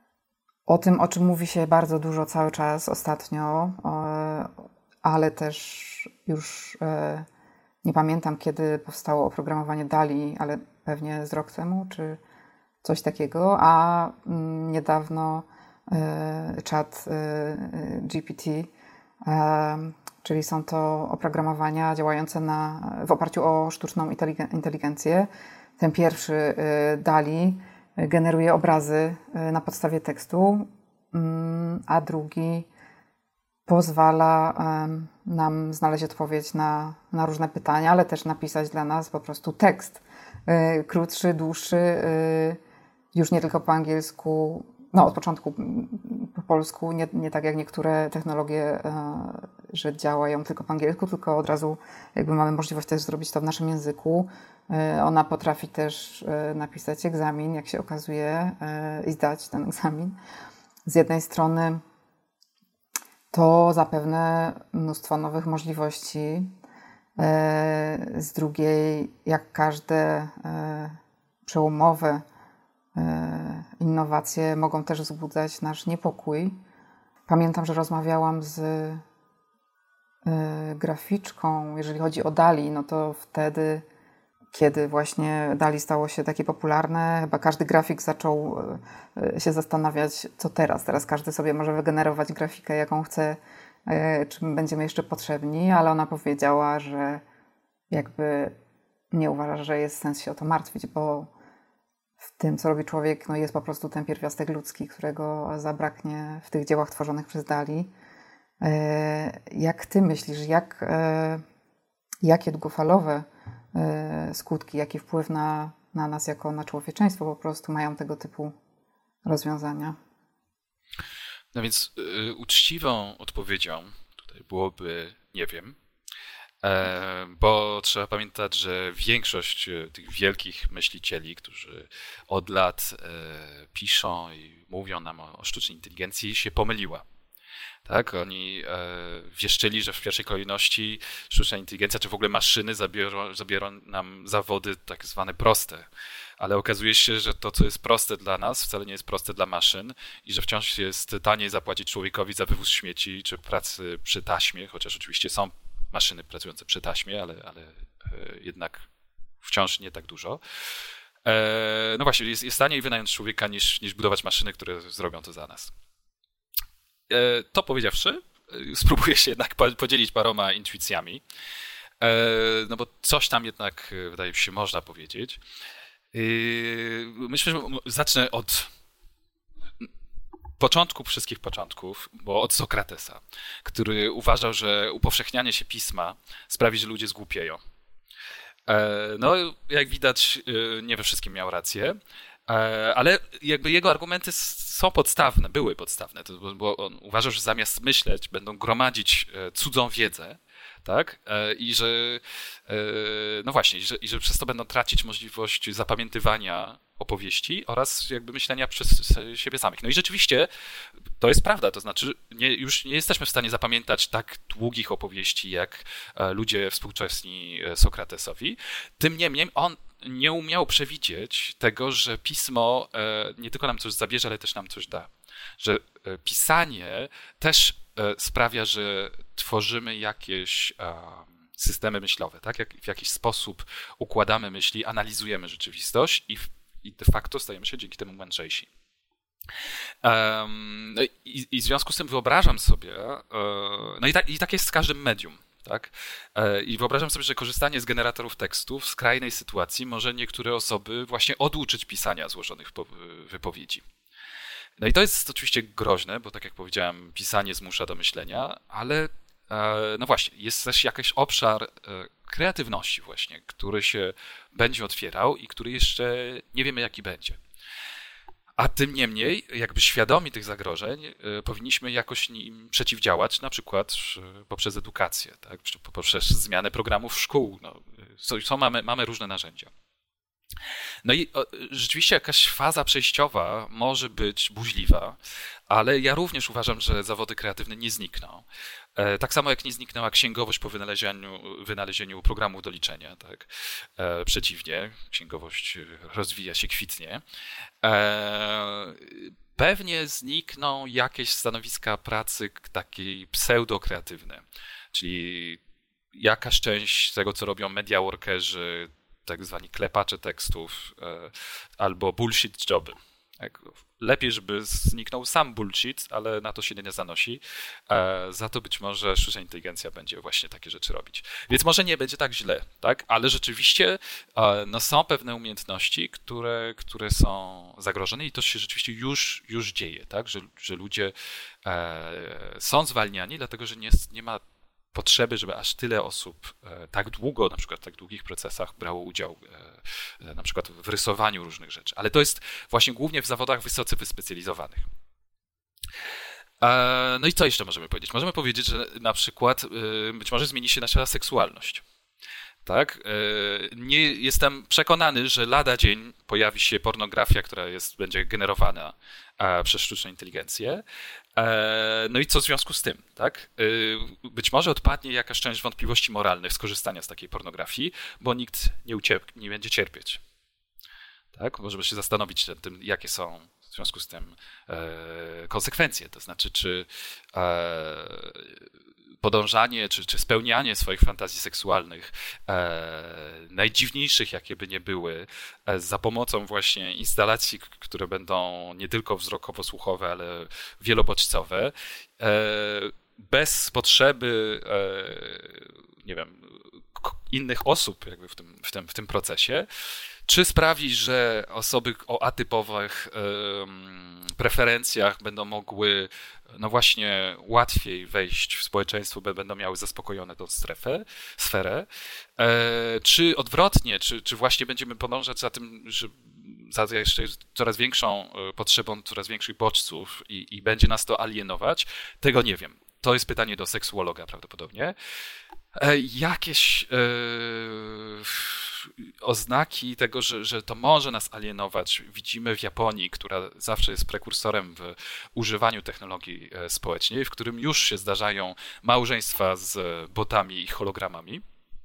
o tym, o czym mówi się bardzo dużo cały czas ostatnio, ale też już nie pamiętam, kiedy powstało oprogramowanie DALL-E, ale pewnie z rok temu, czy coś takiego, a niedawno Chat G P T, czyli są to oprogramowania działające na, w oparciu o sztuczną inteligencję. Ten pierwszy DALL-E generuje obrazy na podstawie tekstu, a drugi pozwala nam znaleźć odpowiedź na, na różne pytania, ale też napisać dla nas po prostu tekst. Krótszy, dłuższy, już nie tylko po angielsku, no od początku po polsku, nie, nie tak jak niektóre technologie, że działają tylko po angielsku, tylko od razu jakby mamy możliwość też zrobić to w naszym języku. Ona potrafi też napisać egzamin, jak się okazuje, i zdać ten egzamin. Z jednej strony to zapewne mnóstwo nowych możliwości, z drugiej jak każde przełomowe innowacje mogą też wzbudzać nasz niepokój. Pamiętam, że rozmawiałam z graficzką, jeżeli chodzi o DALL-E, no to wtedy, kiedy właśnie DALL-E stało się takie popularne, chyba każdy grafik zaczął się zastanawiać, co teraz. Teraz każdy sobie może wygenerować grafikę, jaką chce, czym będziemy jeszcze potrzebni, ale ona powiedziała, że jakby nie uważa, że jest sens się o to martwić, bo w tym, co robi człowiek, no jest po prostu ten pierwiastek ludzki, którego zabraknie w tych dziełach tworzonych przez DALL-E. Jak ty myślisz, jak, jakie długofalowe skutki, jaki wpływ na, na nas jako na człowieczeństwo po prostu mają tego typu rozwiązania? No więc y, uczciwą odpowiedzią tutaj byłoby nie wiem, e, bo trzeba pamiętać, że większość tych wielkich myślicieli, którzy od lat e, piszą i mówią nam o, o sztucznej inteligencji, się pomyliła. Tak, oni e, wieszczyli, że w pierwszej kolejności sztuczna inteligencja, czy w ogóle maszyny zabiorą, zabiorą nam zawody tak zwane proste. Ale okazuje się, że to, co jest proste dla nas, wcale nie jest proste dla maszyn i że wciąż jest taniej zapłacić człowiekowi za wywóz śmieci czy pracy przy taśmie, chociaż oczywiście są maszyny pracujące przy taśmie, ale, ale e, jednak wciąż nie tak dużo. E, no właśnie, jest, jest taniej wynająć człowieka niż, niż budować maszyny, które zrobią to za nas. To powiedziawszy, spróbuję się jednak podzielić paroma intuicjami, no bo coś tam jednak, wydaje mi się, można powiedzieć. Myślę, że zacznę od początku wszystkich początków, bo od Sokratesa, który uważał, że upowszechnianie się pisma sprawi, że ludzie zgłupieją. No, jak widać, nie we wszystkim miał rację. Ale jakby jego argumenty są podstawne, były podstawne, bo on uważał, że zamiast myśleć będą gromadzić cudzą wiedzę, tak? I że no właśnie, i że, i że przez to będą tracić możliwość zapamiętywania opowieści oraz jakby myślenia przez siebie samych. No i rzeczywiście to jest prawda, to znaczy nie, już nie jesteśmy w stanie zapamiętać tak długich opowieści jak ludzie współczesni Sokratesowi. Tym niemniej on nie umiał przewidzieć tego, że pismo nie tylko nam coś zabierze, ale też nam coś da. Że pisanie też sprawia, że tworzymy jakieś systemy myślowe, tak? Jak w jakiś sposób układamy myśli, analizujemy rzeczywistość i, i de facto stajemy się dzięki temu mądrzejsi. Um, no i, i w związku z tym wyobrażam sobie, no i tak, i tak jest z każdym medium. Tak? I wyobrażam sobie, że korzystanie z generatorów tekstów w skrajnej sytuacji może niektóre osoby właśnie oduczyć pisania złożonych wypowiedzi. No i to jest oczywiście groźne, bo tak jak powiedziałem, pisanie zmusza do myślenia, ale no właśnie, jest też jakiś obszar kreatywności właśnie, który się będzie otwierał i który jeszcze nie wiemy, jaki będzie. A tym niemniej, jakby świadomi tych zagrożeń, powinniśmy jakoś im przeciwdziałać, na przykład poprzez edukację, tak? Poprzez zmianę programów szkół. No, są, mamy, mamy różne narzędzia. No i o, rzeczywiście jakaś faza przejściowa może być burzliwa, ale ja również uważam, że zawody kreatywne nie znikną. E, tak samo jak nie zniknęła księgowość po wynalezieniu, wynalezieniu programu do liczenia. Tak? E, przeciwnie, księgowość rozwija się, kwitnie. E, pewnie znikną jakieś stanowiska pracy takiej pseudokreatywne, czyli jakaś część tego, co robią media workerzy, tak zwani klepacze tekstów, albo bullshit joby. Lepiej, żeby zniknął sam bullshit, ale na to się nie zanosi. Za to być może sztuczna inteligencja będzie właśnie takie rzeczy robić. Więc może nie będzie tak źle, tak? Ale rzeczywiście no, są pewne umiejętności, które, które są zagrożone i to się rzeczywiście już, już dzieje, tak? Że, że ludzie są zwalniani, dlatego że nie, nie ma potrzeby, żeby aż tyle osób tak długo, na przykład w tak długich procesach brało udział na przykład w rysowaniu różnych rzeczy. Ale to jest właśnie głównie w zawodach wysoce wyspecjalizowanych. No i co jeszcze możemy powiedzieć? Możemy powiedzieć, że na przykład być może zmieni się nasza seksualność. Tak? Nie jestem przekonany, że lada dzień pojawi się pornografia, która jest, będzie generowana przez sztuczną inteligencję. No i co w związku z tym? Tak? Być może odpadnie jakaś część wątpliwości moralnych z korzystania z takiej pornografii, bo nikt nie, uciep- nie będzie cierpieć. Tak? Możemy się zastanowić nad tym, jakie są w związku z tym konsekwencje. To znaczy, czy podążanie, czy, czy spełnianie swoich fantazji seksualnych, e, najdziwniejszych, jakie by nie były, e, za pomocą właśnie instalacji, które będą nie tylko wzrokowo-słuchowe, ale wielobodźcowe, e, bez potrzeby, e, nie wiem, innych osób jakby w tym, w tym, w tym procesie, czy sprawi, że osoby o atypowych um, preferencjach będą mogły no właśnie łatwiej wejść w społeczeństwo, będą miały zaspokojone tą strefę, sferę, e, czy odwrotnie, czy, czy właśnie będziemy podążać za tym, że za jeszcze coraz większą potrzebą, coraz większych bodźców i, i będzie nas to alienować, tego nie wiem. To jest pytanie do seksuologa prawdopodobnie. E, jakieś e, oznaki tego, że, że to może nas alienować, widzimy w Japonii, która zawsze jest prekursorem w używaniu technologii społecznej, w którym już się zdarzają małżeństwa z botami i hologramami.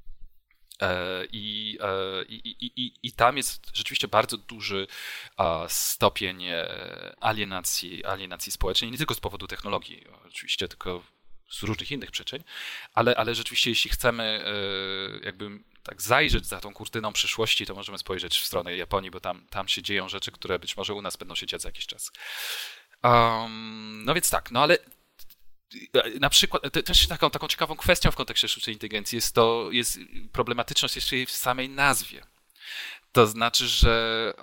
I, i, i, I tam jest rzeczywiście bardzo duży stopień alienacji, alienacji społecznej, nie tylko z powodu technologii, oczywiście, tylko z różnych innych przyczyn, ale, ale rzeczywiście jeśli chcemy jakby tak zajrzeć za tą kurtyną przyszłości, to możemy spojrzeć w stronę Japonii, bo tam, tam się dzieją rzeczy, które być może u nas będą się dziać za jakiś czas. Um, no więc tak, no ale na przykład, też taką, taką ciekawą kwestią w kontekście sztucznej inteligencji jest to, jest problematyczność jeszcze jej w samej nazwie. To znaczy, że,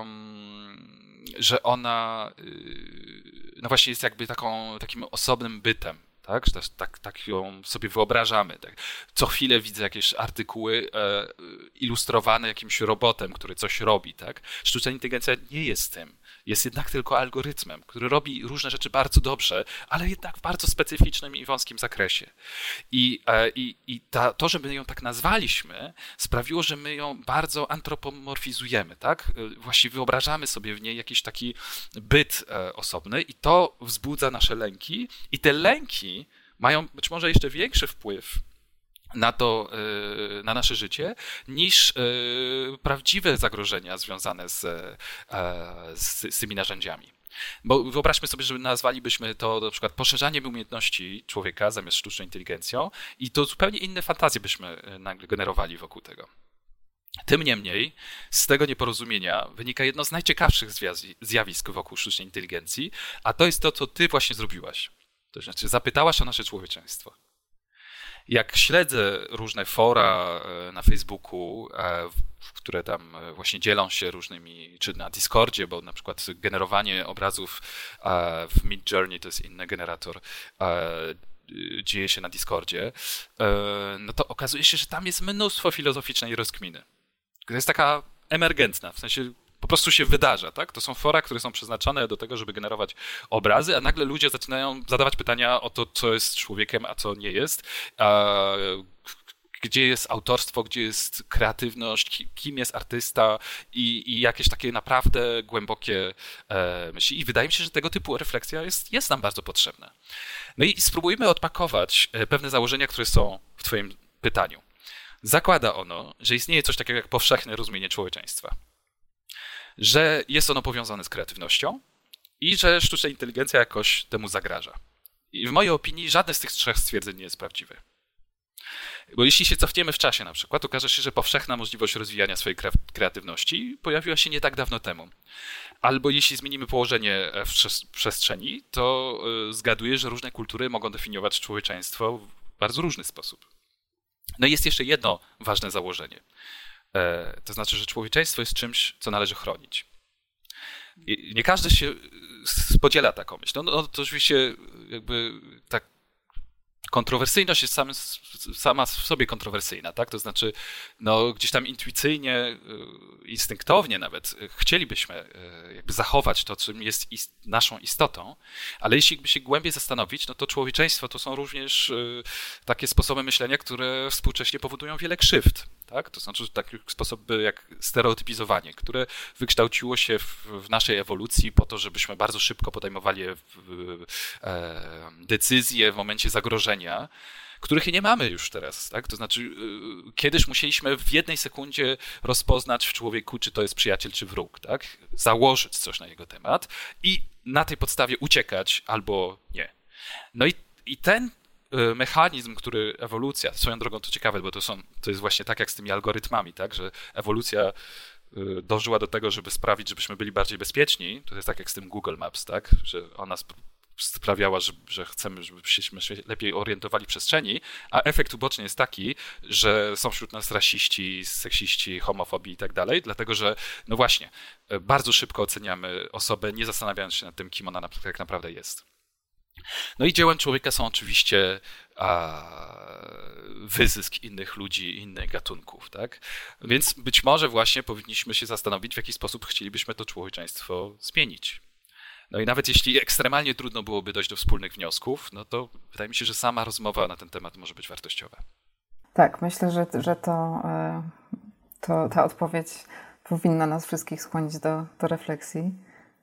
um, że ona no właśnie jest jakby taką, takim osobnym bytem. Tak, że tak, tak ją sobie wyobrażamy. Tak. Co chwilę widzę jakieś artykuły e, ilustrowane jakimś robotem, który coś robi. Tak. Sztuczna inteligencja nie jest tym. Jest jednak tylko algorytmem, który robi różne rzeczy bardzo dobrze, ale jednak w bardzo specyficznym i wąskim zakresie. I, e, i, i ta, to, że my ją tak nazwaliśmy, sprawiło, że my ją bardzo antropomorfizujemy. Tak. Właściwie wyobrażamy sobie w niej jakiś taki byt e, osobny i to wzbudza nasze lęki i te lęki mają być może jeszcze większy wpływ na to, na nasze życie, niż prawdziwe zagrożenia związane z, z, z tymi narzędziami. Bo wyobraźmy sobie, że nazwalibyśmy to na przykład poszerzaniem umiejętności człowieka zamiast sztuczną inteligencją i to zupełnie inne fantazje byśmy nagle generowali wokół tego. Tym niemniej z tego nieporozumienia wynika jedno z najciekawszych zjawisk wokół sztucznej inteligencji, a to jest to, co ty właśnie zrobiłaś. To znaczy zapytałaś o nasze człowieczeństwo. Jak śledzę różne fora na Facebooku, które tam właśnie dzielą się różnymi, czy na Discordzie, bo na przykład generowanie obrazów w Midjourney to jest inny generator, dzieje się na Discordzie, no to okazuje się, że tam jest mnóstwo filozoficznej rozkminy. To jest taka emergentna, w sensie po prostu się wydarza, tak? To są fora, które są przeznaczone do tego, żeby generować obrazy, a nagle ludzie zaczynają zadawać pytania o to, co jest człowiekiem, a co nie jest, a gdzie jest autorstwo, gdzie jest kreatywność, kim jest artysta i, i jakieś takie naprawdę głębokie e, myśli. I wydaje mi się, że tego typu refleksja jest, jest nam bardzo potrzebna. No i spróbujmy odpakować pewne założenia, które są w twoim pytaniu. Zakłada ono, że istnieje coś takiego jak powszechne rozumienie człowieczeństwa, że jest ono powiązane z kreatywnością i że sztuczna inteligencja jakoś temu zagraża. I w mojej opinii żadne z tych trzech stwierdzeń nie jest prawdziwe. Bo jeśli się cofniemy w czasie na przykład, okaże się, że powszechna możliwość rozwijania swojej kreatywności pojawiła się nie tak dawno temu. Albo jeśli zmienimy położenie w przestrzeni, to zgaduję, że różne kultury mogą definiować człowieczeństwo w bardzo różny sposób. No i jest jeszcze jedno ważne założenie. To znaczy, że człowieczeństwo jest czymś, co należy chronić. I nie każdy się podziela taką myśl. No, no to oczywiście jakby tak kontrowersyjność jest sam, sama w sobie kontrowersyjna, tak? To znaczy, no, gdzieś tam intuicyjnie, instynktownie nawet chcielibyśmy jakby zachować to, czym jest ist- naszą istotą, ale jeśli by się głębiej zastanowić, no to człowieczeństwo to są również takie sposoby myślenia, które współcześnie powodują wiele krzywd, tak? To znaczy takie sposoby jak stereotypizowanie, które wykształciło się w, w naszej ewolucji po to, żebyśmy bardzo szybko podejmowali w, w, e, decyzje w momencie zagrożenia, których nie mamy już teraz, tak? To znaczy yy, kiedyś musieliśmy w jednej sekundzie rozpoznać w człowieku, czy to jest przyjaciel, czy wróg, tak? Założyć coś na jego temat i na tej podstawie uciekać albo nie. No i, i ten yy, mechanizm, który ewolucja, swoją drogą to ciekawe, bo to, są, to jest właśnie tak jak z tymi algorytmami, tak? Że ewolucja yy, dążyła do tego, żeby sprawić, żebyśmy byli bardziej bezpieczni. To jest tak jak z tym Google Maps, tak? Że ona sp- sprawiała, że, że chcemy, żebyśmy się lepiej orientowali w przestrzeni, a efekt uboczny jest taki, że są wśród nas rasiści, seksiści, homofobii i tak dalej, dlatego że, no właśnie, bardzo szybko oceniamy osobę, nie zastanawiając się nad tym, kim ona tak naprawdę jest. No i dziełem człowieka są oczywiście a, wyzysk innych ludzi, innych gatunków, tak? Więc być może właśnie powinniśmy się zastanowić, w jaki sposób chcielibyśmy to człowieczeństwo zmienić. No i nawet jeśli ekstremalnie trudno byłoby dojść do wspólnych wniosków, no to wydaje mi się, że sama rozmowa na ten temat może być wartościowa. Tak, myślę, że, że to, to ta odpowiedź powinna nas wszystkich skłonić do, do refleksji.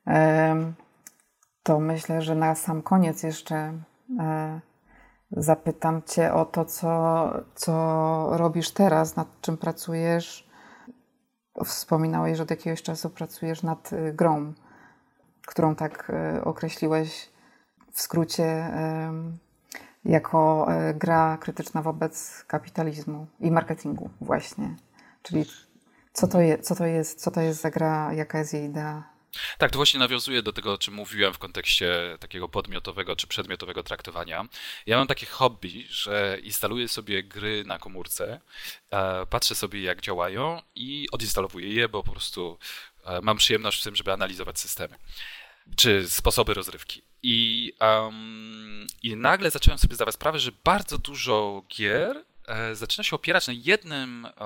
To myślę, że na sam koniec jeszcze zapytam Cię o to, co, co robisz teraz, nad czym pracujesz. Wspominałeś, że od jakiegoś czasu pracujesz nad grą, którą tak określiłeś w skrócie jako gra krytyczna wobec kapitalizmu i marketingu właśnie. Czyli co to jest, co to jest, co to jest za gra, jaka jest jej idea? Tak, to właśnie nawiązuje do tego, o czym mówiłem w kontekście takiego podmiotowego czy przedmiotowego traktowania. Ja mam takie hobby, że instaluję sobie gry na komórce, patrzę sobie, jak działają i odinstalowuję je, bo po prostu mam przyjemność w tym, żeby analizować systemy czy sposoby rozrywki. I, um, i nagle zacząłem sobie zdawać sprawę, że bardzo dużo gier e, zaczyna się opierać na jednym, e,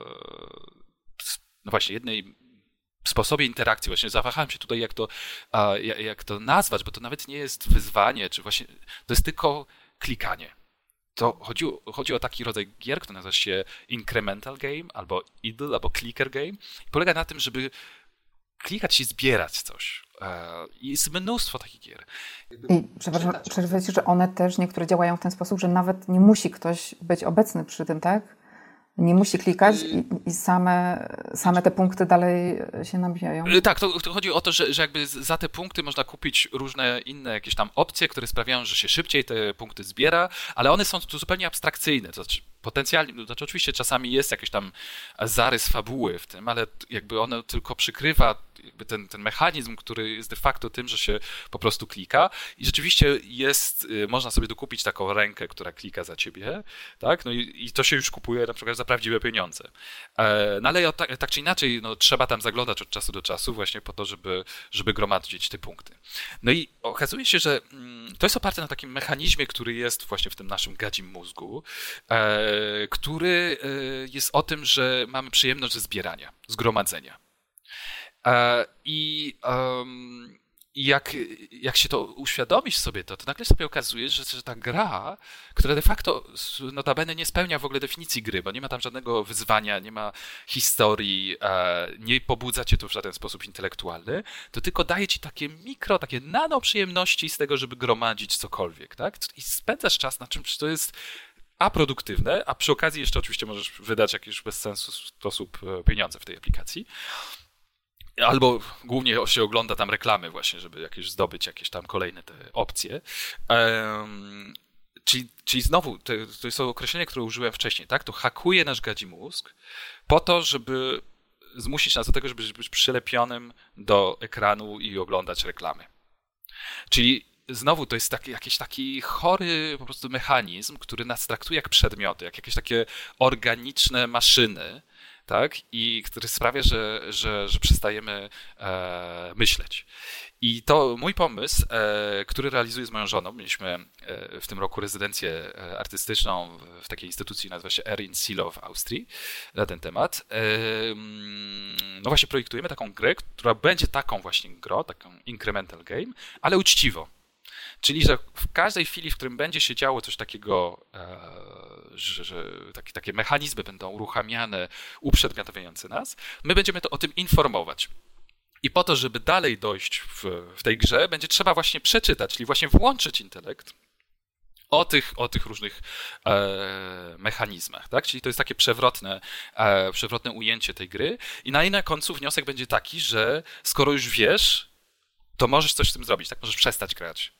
no właśnie, jednej sposobie interakcji. Właśnie zawahałem się tutaj, jak to, e, jak to nazwać, bo to nawet nie jest wyzwanie, czy właśnie, to jest tylko klikanie. To chodzi, chodzi o taki rodzaj gier, który nazywa się incremental game, albo idle, albo clicker game. I polega na tym, żeby klikać i zbierać coś. Jest mnóstwo takich gier. I przepraszam, przerwę ci, że one też niektóre działają w ten sposób, że nawet nie musi ktoś być obecny przy tym, tak? Nie musi klikać i, i same, same te punkty dalej się nabijają. Tak, to, to chodzi o to, że, że jakby za te punkty można kupić różne inne jakieś tam opcje, które sprawiają, że się szybciej te punkty zbiera, ale one są tu zupełnie abstrakcyjne. To znaczy potencjalnie, to znaczy oczywiście czasami jest jakiś tam zarys fabuły w tym, ale jakby ono tylko przykrywa jakby ten, ten mechanizm, który jest de facto tym, że się po prostu klika i rzeczywiście jest, można sobie dokupić taką rękę, która klika za ciebie, tak? No i, i to się już kupuje na przykład za prawdziwe pieniądze. No ale tak, tak czy inaczej, no, trzeba tam zaglądać od czasu do czasu właśnie po to, żeby, żeby gromadzić te punkty. No i okazuje się, że to jest oparte na takim mechanizmie, który jest właśnie w tym naszym gadzim mózgu, który jest o tym, że mamy przyjemność ze zbierania, zgromadzenia. I um, jak, jak się to uświadomisz sobie to, to nagle sobie okazuje, że, że ta gra, która de facto notabene nie spełnia w ogóle definicji gry, bo nie ma tam żadnego wyzwania, nie ma historii, nie pobudza cię to w żaden sposób intelektualny, to tylko daje ci takie mikro, takie nano przyjemności z tego, żeby gromadzić cokolwiek, tak? I spędzasz czas na czymś, co jest a produktywne, a przy okazji jeszcze oczywiście możesz wydać jakiś bez sensu sposób pieniądze w tej aplikacji. Albo głównie się ogląda tam reklamy właśnie, żeby jakieś zdobyć jakieś tam kolejne te opcje. Um, czyli, czyli znowu, to, to jest określenie, które użyłem wcześniej, tak? To hakuje nasz gadzi mózg po to, żeby zmusić nas do tego, żeby być przylepionym do ekranu i oglądać reklamy. Czyli znowu to jest taki, jakiś taki chory po prostu mechanizm, który nas traktuje jak przedmioty, jak jakieś takie organiczne maszyny, tak? I który sprawia, że, że, że przestajemy e, myśleć. I to mój pomysł, e, który realizuję z moją żoną. Mieliśmy e, w tym roku rezydencję artystyczną w takiej instytucji, nazywa się Erin Silo w Austrii, na ten temat. E, no właśnie projektujemy taką grę, która będzie taką właśnie grą, taką incremental game, ale uczciwo. Czyli, że w każdej chwili, w którym będzie się działo coś takiego, e, że, że takie, takie mechanizmy będą uruchamiane, uprzedmiotawiające nas, my będziemy to o tym informować. I po to, żeby dalej dojść w, w tej grze, będzie trzeba właśnie przeczytać, czyli właśnie włączyć intelekt o tych, o tych różnych e, mechanizmach. Tak? Czyli to jest takie przewrotne, e, przewrotne ujęcie tej gry. I na, na końcu wniosek będzie taki, że skoro już wiesz, to możesz coś z tym zrobić, tak? Możesz przestać grać.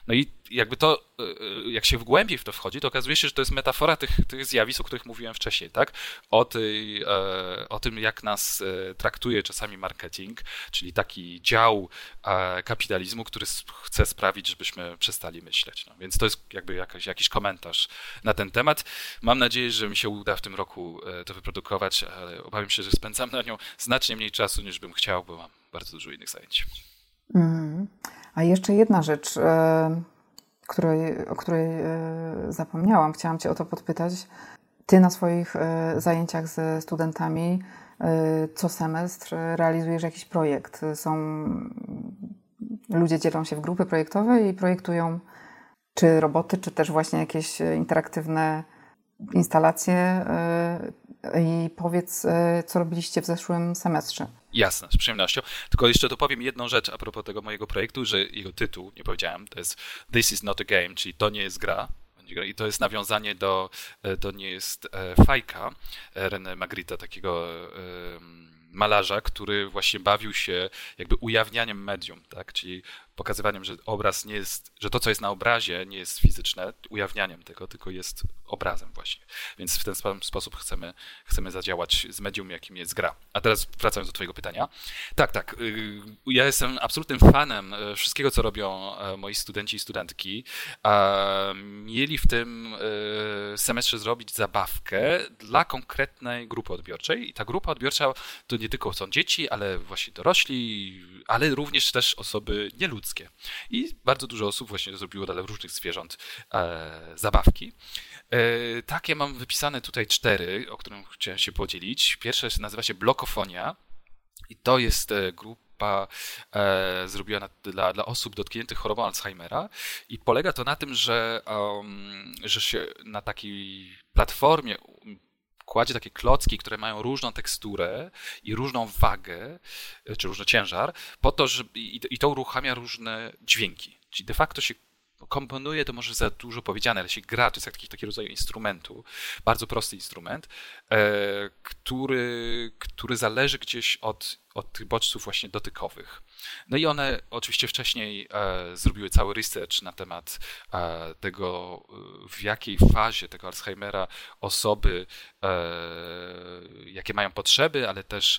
No i jakby to, jak się głębiej w to wchodzi, to okazuje się, że to jest metafora tych, tych zjawisk, o których mówiłem wcześniej, tak? O, tej, o tym, jak nas traktuje czasami marketing, czyli taki dział kapitalizmu, który chce sprawić, żebyśmy przestali myśleć. No, więc to jest jakby jakiś, jakiś komentarz na ten temat. Mam nadzieję, że mi się uda w tym roku to wyprodukować, ale obawiam się, że spędzam na nią znacznie mniej czasu, niż bym chciał, bo mam bardzo dużo innych zajęć. Mm. A jeszcze jedna rzecz, e, której, o której e, zapomniałam. Chciałam Cię o to podpytać. Ty na swoich e, zajęciach ze studentami e, co semestr realizujesz jakiś projekt. Są ludzie dzielą się w grupy projektowe i projektują czy roboty, czy też właśnie jakieś interaktywne instalacje. E, I powiedz, e, co robiliście w zeszłym semestrze. Jasne, z przyjemnością. Tylko jeszcze dopowiem jedną rzecz a propos tego mojego projektu, że jego tytuł, nie powiedziałem, to jest This is not a game, czyli to nie jest gra. I to jest nawiązanie do, to nie jest fajka René Magritte, takiego malarza, który właśnie bawił się jakby ujawnianiem medium, tak? Czyli pokazywaniem, że obraz nie jest, że to, co jest na obrazie, nie jest fizyczne, ujawnianiem tego, tylko jest obrazem właśnie. Więc w ten sposób chcemy, chcemy zadziałać z medium, jakim jest gra. A teraz wracając do twojego pytania. Tak, tak. Ja jestem absolutnym fanem wszystkiego, co robią moi studenci i studentki. Mieli w tym semestrze zrobić zabawkę dla konkretnej grupy odbiorczej i ta grupa odbiorcza to nie tylko są dzieci, ale właśnie dorośli, ale również też osoby nieludzkie. I bardzo dużo osób właśnie zrobiło dla różnych zwierząt e, zabawki. E, tak, ja mam wypisane tutaj cztery, o których chciałem się podzielić. Pierwsze nazywa się Blokofonia i to jest grupa e, zrobiona dla, dla osób dotkniętych chorobą Alzheimera i polega to na tym, że, um, że się na takiej platformie kładzie takie klocki, które mają różną teksturę i różną wagę, czy różny ciężar, po to, żeby i, i to uruchamia różne dźwięki. Czyli de facto się komponuje, to może za dużo powiedziane, ale się gra, to jest taki, taki rodzaj instrumentu, bardzo prosty instrument, e, który, który zależy gdzieś od, od tych bodźców właśnie dotykowych. No i one oczywiście wcześniej e, zrobiły cały research na temat e, tego, w jakiej fazie tego Alzheimera osoby, e, jakie mają potrzeby, ale też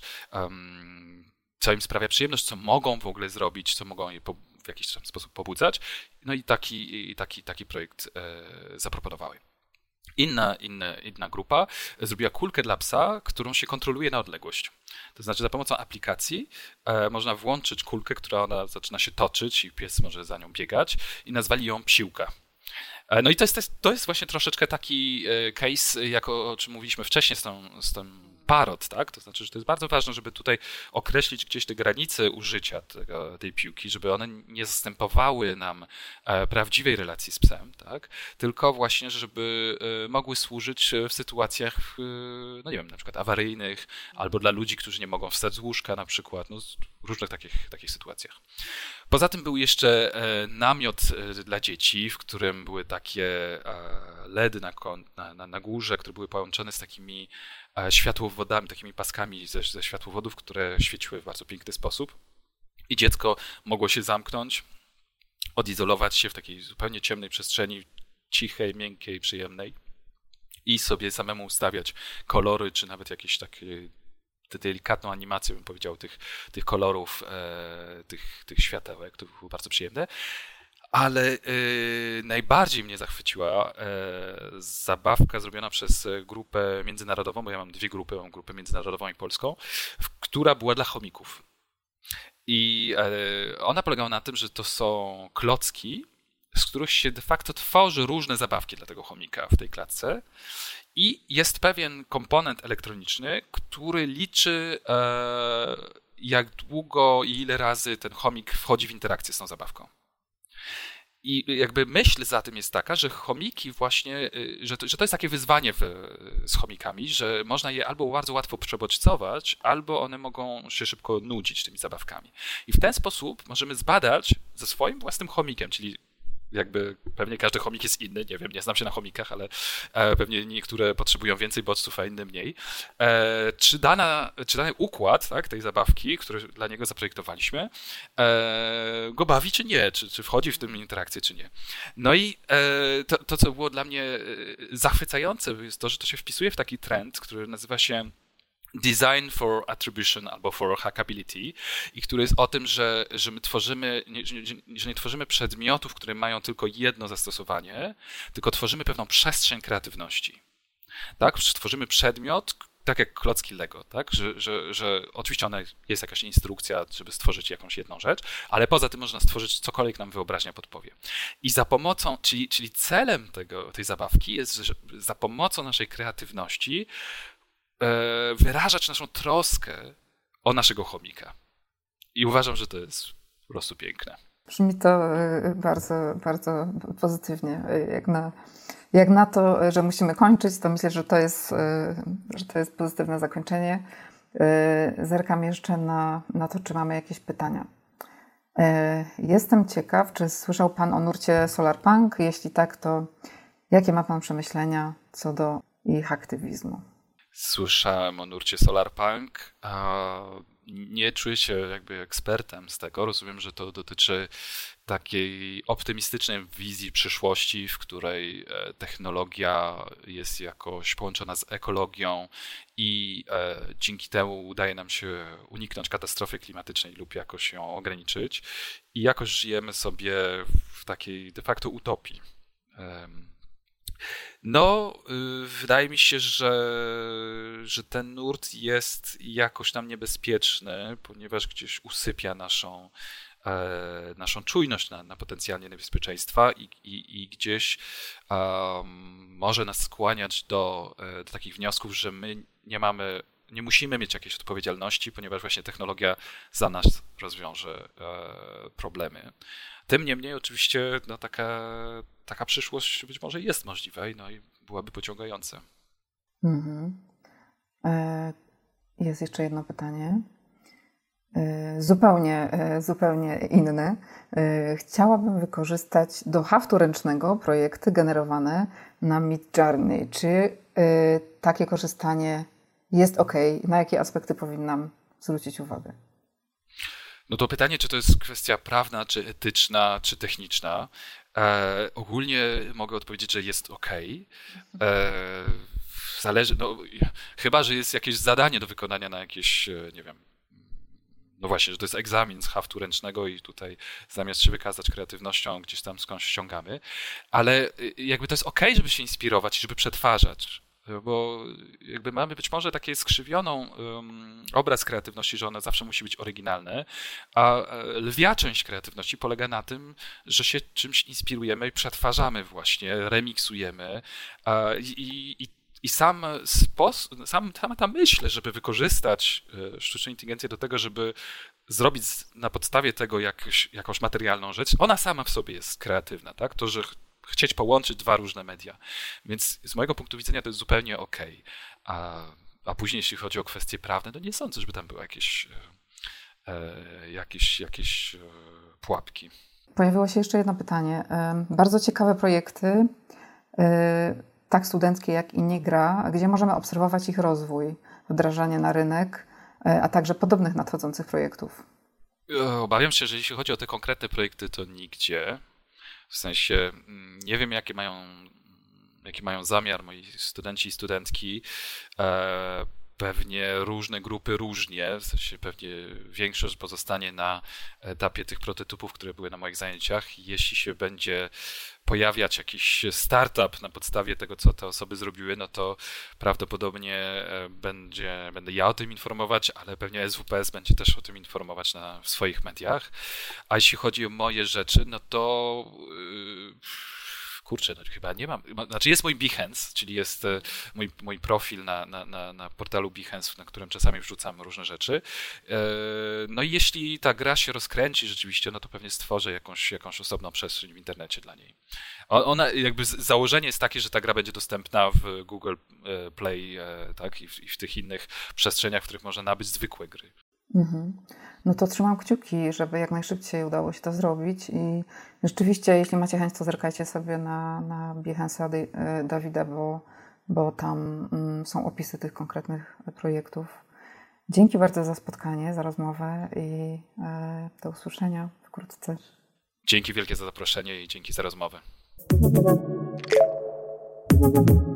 um, co im sprawia przyjemność, co mogą w ogóle zrobić, co mogą je po, w jakiś sposób pobudzać. No i taki, i taki, taki projekt e, zaproponowały. Inna, inna, inna grupa zrobiła kulkę dla psa, którą się kontroluje na odległość. To znaczy za pomocą aplikacji e, można włączyć kulkę, która ona zaczyna się toczyć i pies może za nią biegać i nazwali ją Psiłka. E, no i to jest, to jest właśnie troszeczkę taki case, jak o, o czym mówiliśmy wcześniej z tą, z tą parot, tak? To znaczy, że to jest bardzo ważne, żeby tutaj określić gdzieś te granice użycia tego, tej piłki, żeby one nie zastępowały nam e, prawdziwej relacji z psem, tak? Tylko właśnie, żeby e, mogły służyć w sytuacjach, e, no nie wiem, na przykład awaryjnych, albo dla ludzi, którzy nie mogą wstać z łóżka na przykład, no w różnych takich, takich sytuacjach. Poza tym był jeszcze e, namiot e, dla dzieci, w którym były takie e, ledy na, na, na, na górze, które były połączone z takimi światłowodami, takimi paskami ze, ze światłowodów, które świeciły w bardzo piękny sposób. I dziecko mogło się zamknąć, odizolować się w takiej zupełnie ciemnej przestrzeni, cichej, miękkiej, przyjemnej i sobie samemu ustawiać kolory, czy nawet jakieś takie delikatną animację, bym powiedział, tych, tych kolorów, e, tych, tych światełek. To było bardzo przyjemne. Ale y, najbardziej mnie zachwyciła y, zabawka zrobiona przez grupę międzynarodową, bo ja mam dwie grupy, mam grupę międzynarodową i polską, w, która była dla chomików. I y, ona polegała na tym, że to są klocki, z których się de facto tworzy różne zabawki dla tego chomika w tej klatce i jest pewien komponent elektroniczny, który liczy y, jak długo i ile razy ten chomik wchodzi w interakcję z tą zabawką. I jakby myśl za tym jest taka, że chomiki właśnie, że to, że to jest takie wyzwanie w, z chomikami, że można je albo bardzo łatwo przebodźcować, albo one mogą się szybko nudzić tymi zabawkami. I w ten sposób możemy zbadać ze swoim własnym chomikiem, czyli jakby pewnie każdy chomik jest inny, nie wiem, nie znam się na chomikach, ale e, pewnie niektóre potrzebują więcej bodźców, a inne mniej. E, czy, dana, czy dany układ, tak, tej zabawki, który dla niego zaprojektowaliśmy, e, go bawi czy nie, czy, czy wchodzi w tym interakcję czy nie. No i e, to, to, co było dla mnie zachwycające, jest to, że to się wpisuje w taki trend, który nazywa się Design for Attribution albo for Hackability i który jest o tym, że, że my tworzymy, nie, że, że nie tworzymy przedmiotów, które mają tylko jedno zastosowanie, tylko tworzymy pewną przestrzeń kreatywności. Tak? Tworzymy przedmiot, tak jak klocki Lego, tak? Że, że, że oczywiście ona jest jakaś instrukcja, żeby stworzyć jakąś jedną rzecz, ale poza tym można stworzyć cokolwiek nam wyobraźnia podpowie. I za pomocą, czyli, czyli celem tego, tej zabawki jest, że za pomocą naszej kreatywności wyrażać naszą troskę o naszego chomika. I uważam, że to jest po prostu piękne. Brzmi to bardzo, bardzo pozytywnie. Jak na, jak na to, że musimy kończyć, to myślę, że to jest, że to jest pozytywne zakończenie. Zerkam jeszcze na, na to, czy mamy jakieś pytania. Jestem ciekaw, czy słyszał Pan o nurcie Solarpunk? Jeśli tak, to jakie ma Pan przemyślenia co do ich aktywizmu? Słyszałem o nurcie Solarpunk. Nie czuję się jakby ekspertem z tego. Rozumiem, że to dotyczy takiej optymistycznej wizji przyszłości, w której technologia jest jakoś połączona z ekologią i dzięki temu udaje nam się uniknąć katastrofy klimatycznej lub jakoś ją ograniczyć. I jakoś żyjemy sobie w takiej de facto utopii. No, wydaje mi się, że, że ten nurt jest jakoś nam niebezpieczny, ponieważ gdzieś usypia naszą, e, naszą czujność na, na potencjalnie niebezpieczeństwa i, i, i gdzieś um, może nas skłaniać do, do takich wniosków, że my nie mamy, nie musimy mieć jakiejś odpowiedzialności, ponieważ właśnie technologia za nas rozwiąże e, problemy. Tym niemniej oczywiście no, taka, taka przyszłość być może jest możliwa no i byłaby pociągająca. Mm-hmm. Jest jeszcze jedno pytanie. Zupełnie, zupełnie inne. Chciałabym wykorzystać do haftu ręcznego projekty generowane na Midjourney. Czy takie korzystanie jest ok? Na jakie aspekty powinnam zwrócić uwagę? No to pytanie, czy to jest kwestia prawna, czy etyczna, czy techniczna. E, ogólnie mogę odpowiedzieć, że jest ok. E, zależy, no, chyba że jest jakieś zadanie do wykonania na jakieś, nie wiem, no właśnie, że to jest egzamin z haftu ręcznego i tutaj zamiast się wykazać kreatywnością gdzieś tam skądś ściągamy, ale jakby to jest ok, żeby się inspirować i żeby przetwarzać. Bo jakby mamy być może takie skrzywioną um, obraz kreatywności, że ona zawsze musi być oryginalna, a lwia część kreatywności polega na tym, że się czymś inspirujemy i przetwarzamy właśnie, remiksujemy a, i, i, i sam sposób, sam, sama ta myśl, żeby wykorzystać sztuczną inteligencję do tego, żeby zrobić na podstawie tego jakąś, jakąś materialną rzecz, ona sama w sobie jest kreatywna, tak? To, że chcieć połączyć dwa różne media. Więc z mojego punktu widzenia to jest zupełnie okej. A, a później jeśli chodzi o kwestie prawne, to nie sądzę, żeby tam były jakieś, e, jakieś, jakieś e, pułapki. Pojawiło się jeszcze jedno pytanie. Bardzo ciekawe projekty, tak studenckie jak i nie gra, gdzie możemy obserwować ich rozwój, wdrażanie na rynek, a także podobnych nadchodzących projektów. Obawiam się, że jeśli chodzi o te konkretne projekty, to nigdzie. W sensie nie wiem, jakie mają, jaki mają zamiar moi studenci i studentki. E, pewnie różne grupy różnie, w sensie pewnie większość pozostanie na etapie tych prototypów, które były na moich zajęciach. Jeśli się będzie pojawiać jakiś startup na podstawie tego, co te osoby zrobiły, no to prawdopodobnie będzie, będę ja o tym informować, ale pewnie S W P S będzie też o tym informować na, w swoich mediach. A jeśli chodzi o moje rzeczy, no to yy, kurczę, no chyba nie mam, znaczy jest mój Behance, czyli jest mój, mój profil na, na, na, na portalu Behance, na którym czasami wrzucam różne rzeczy. No i jeśli ta gra się rozkręci rzeczywiście, no to pewnie stworzę jakąś, jakąś osobną przestrzeń w internecie dla niej. Ona, jakby założenie jest takie, że ta gra będzie dostępna w Google Play, tak, i w, i w tych innych przestrzeniach, w których można nabyć zwykłe gry. Mhm. No to trzymam kciuki, żeby jak najszybciej udało się to zrobić i rzeczywiście, jeśli macie chęć, to zerkajcie sobie na, na Behance'a Dawida, bo, bo tam mm, są opisy tych konkretnych projektów. Dzięki bardzo za spotkanie, za rozmowę i e, do usłyszenia wkrótce. Dzięki wielkie za zaproszenie i dzięki za rozmowę.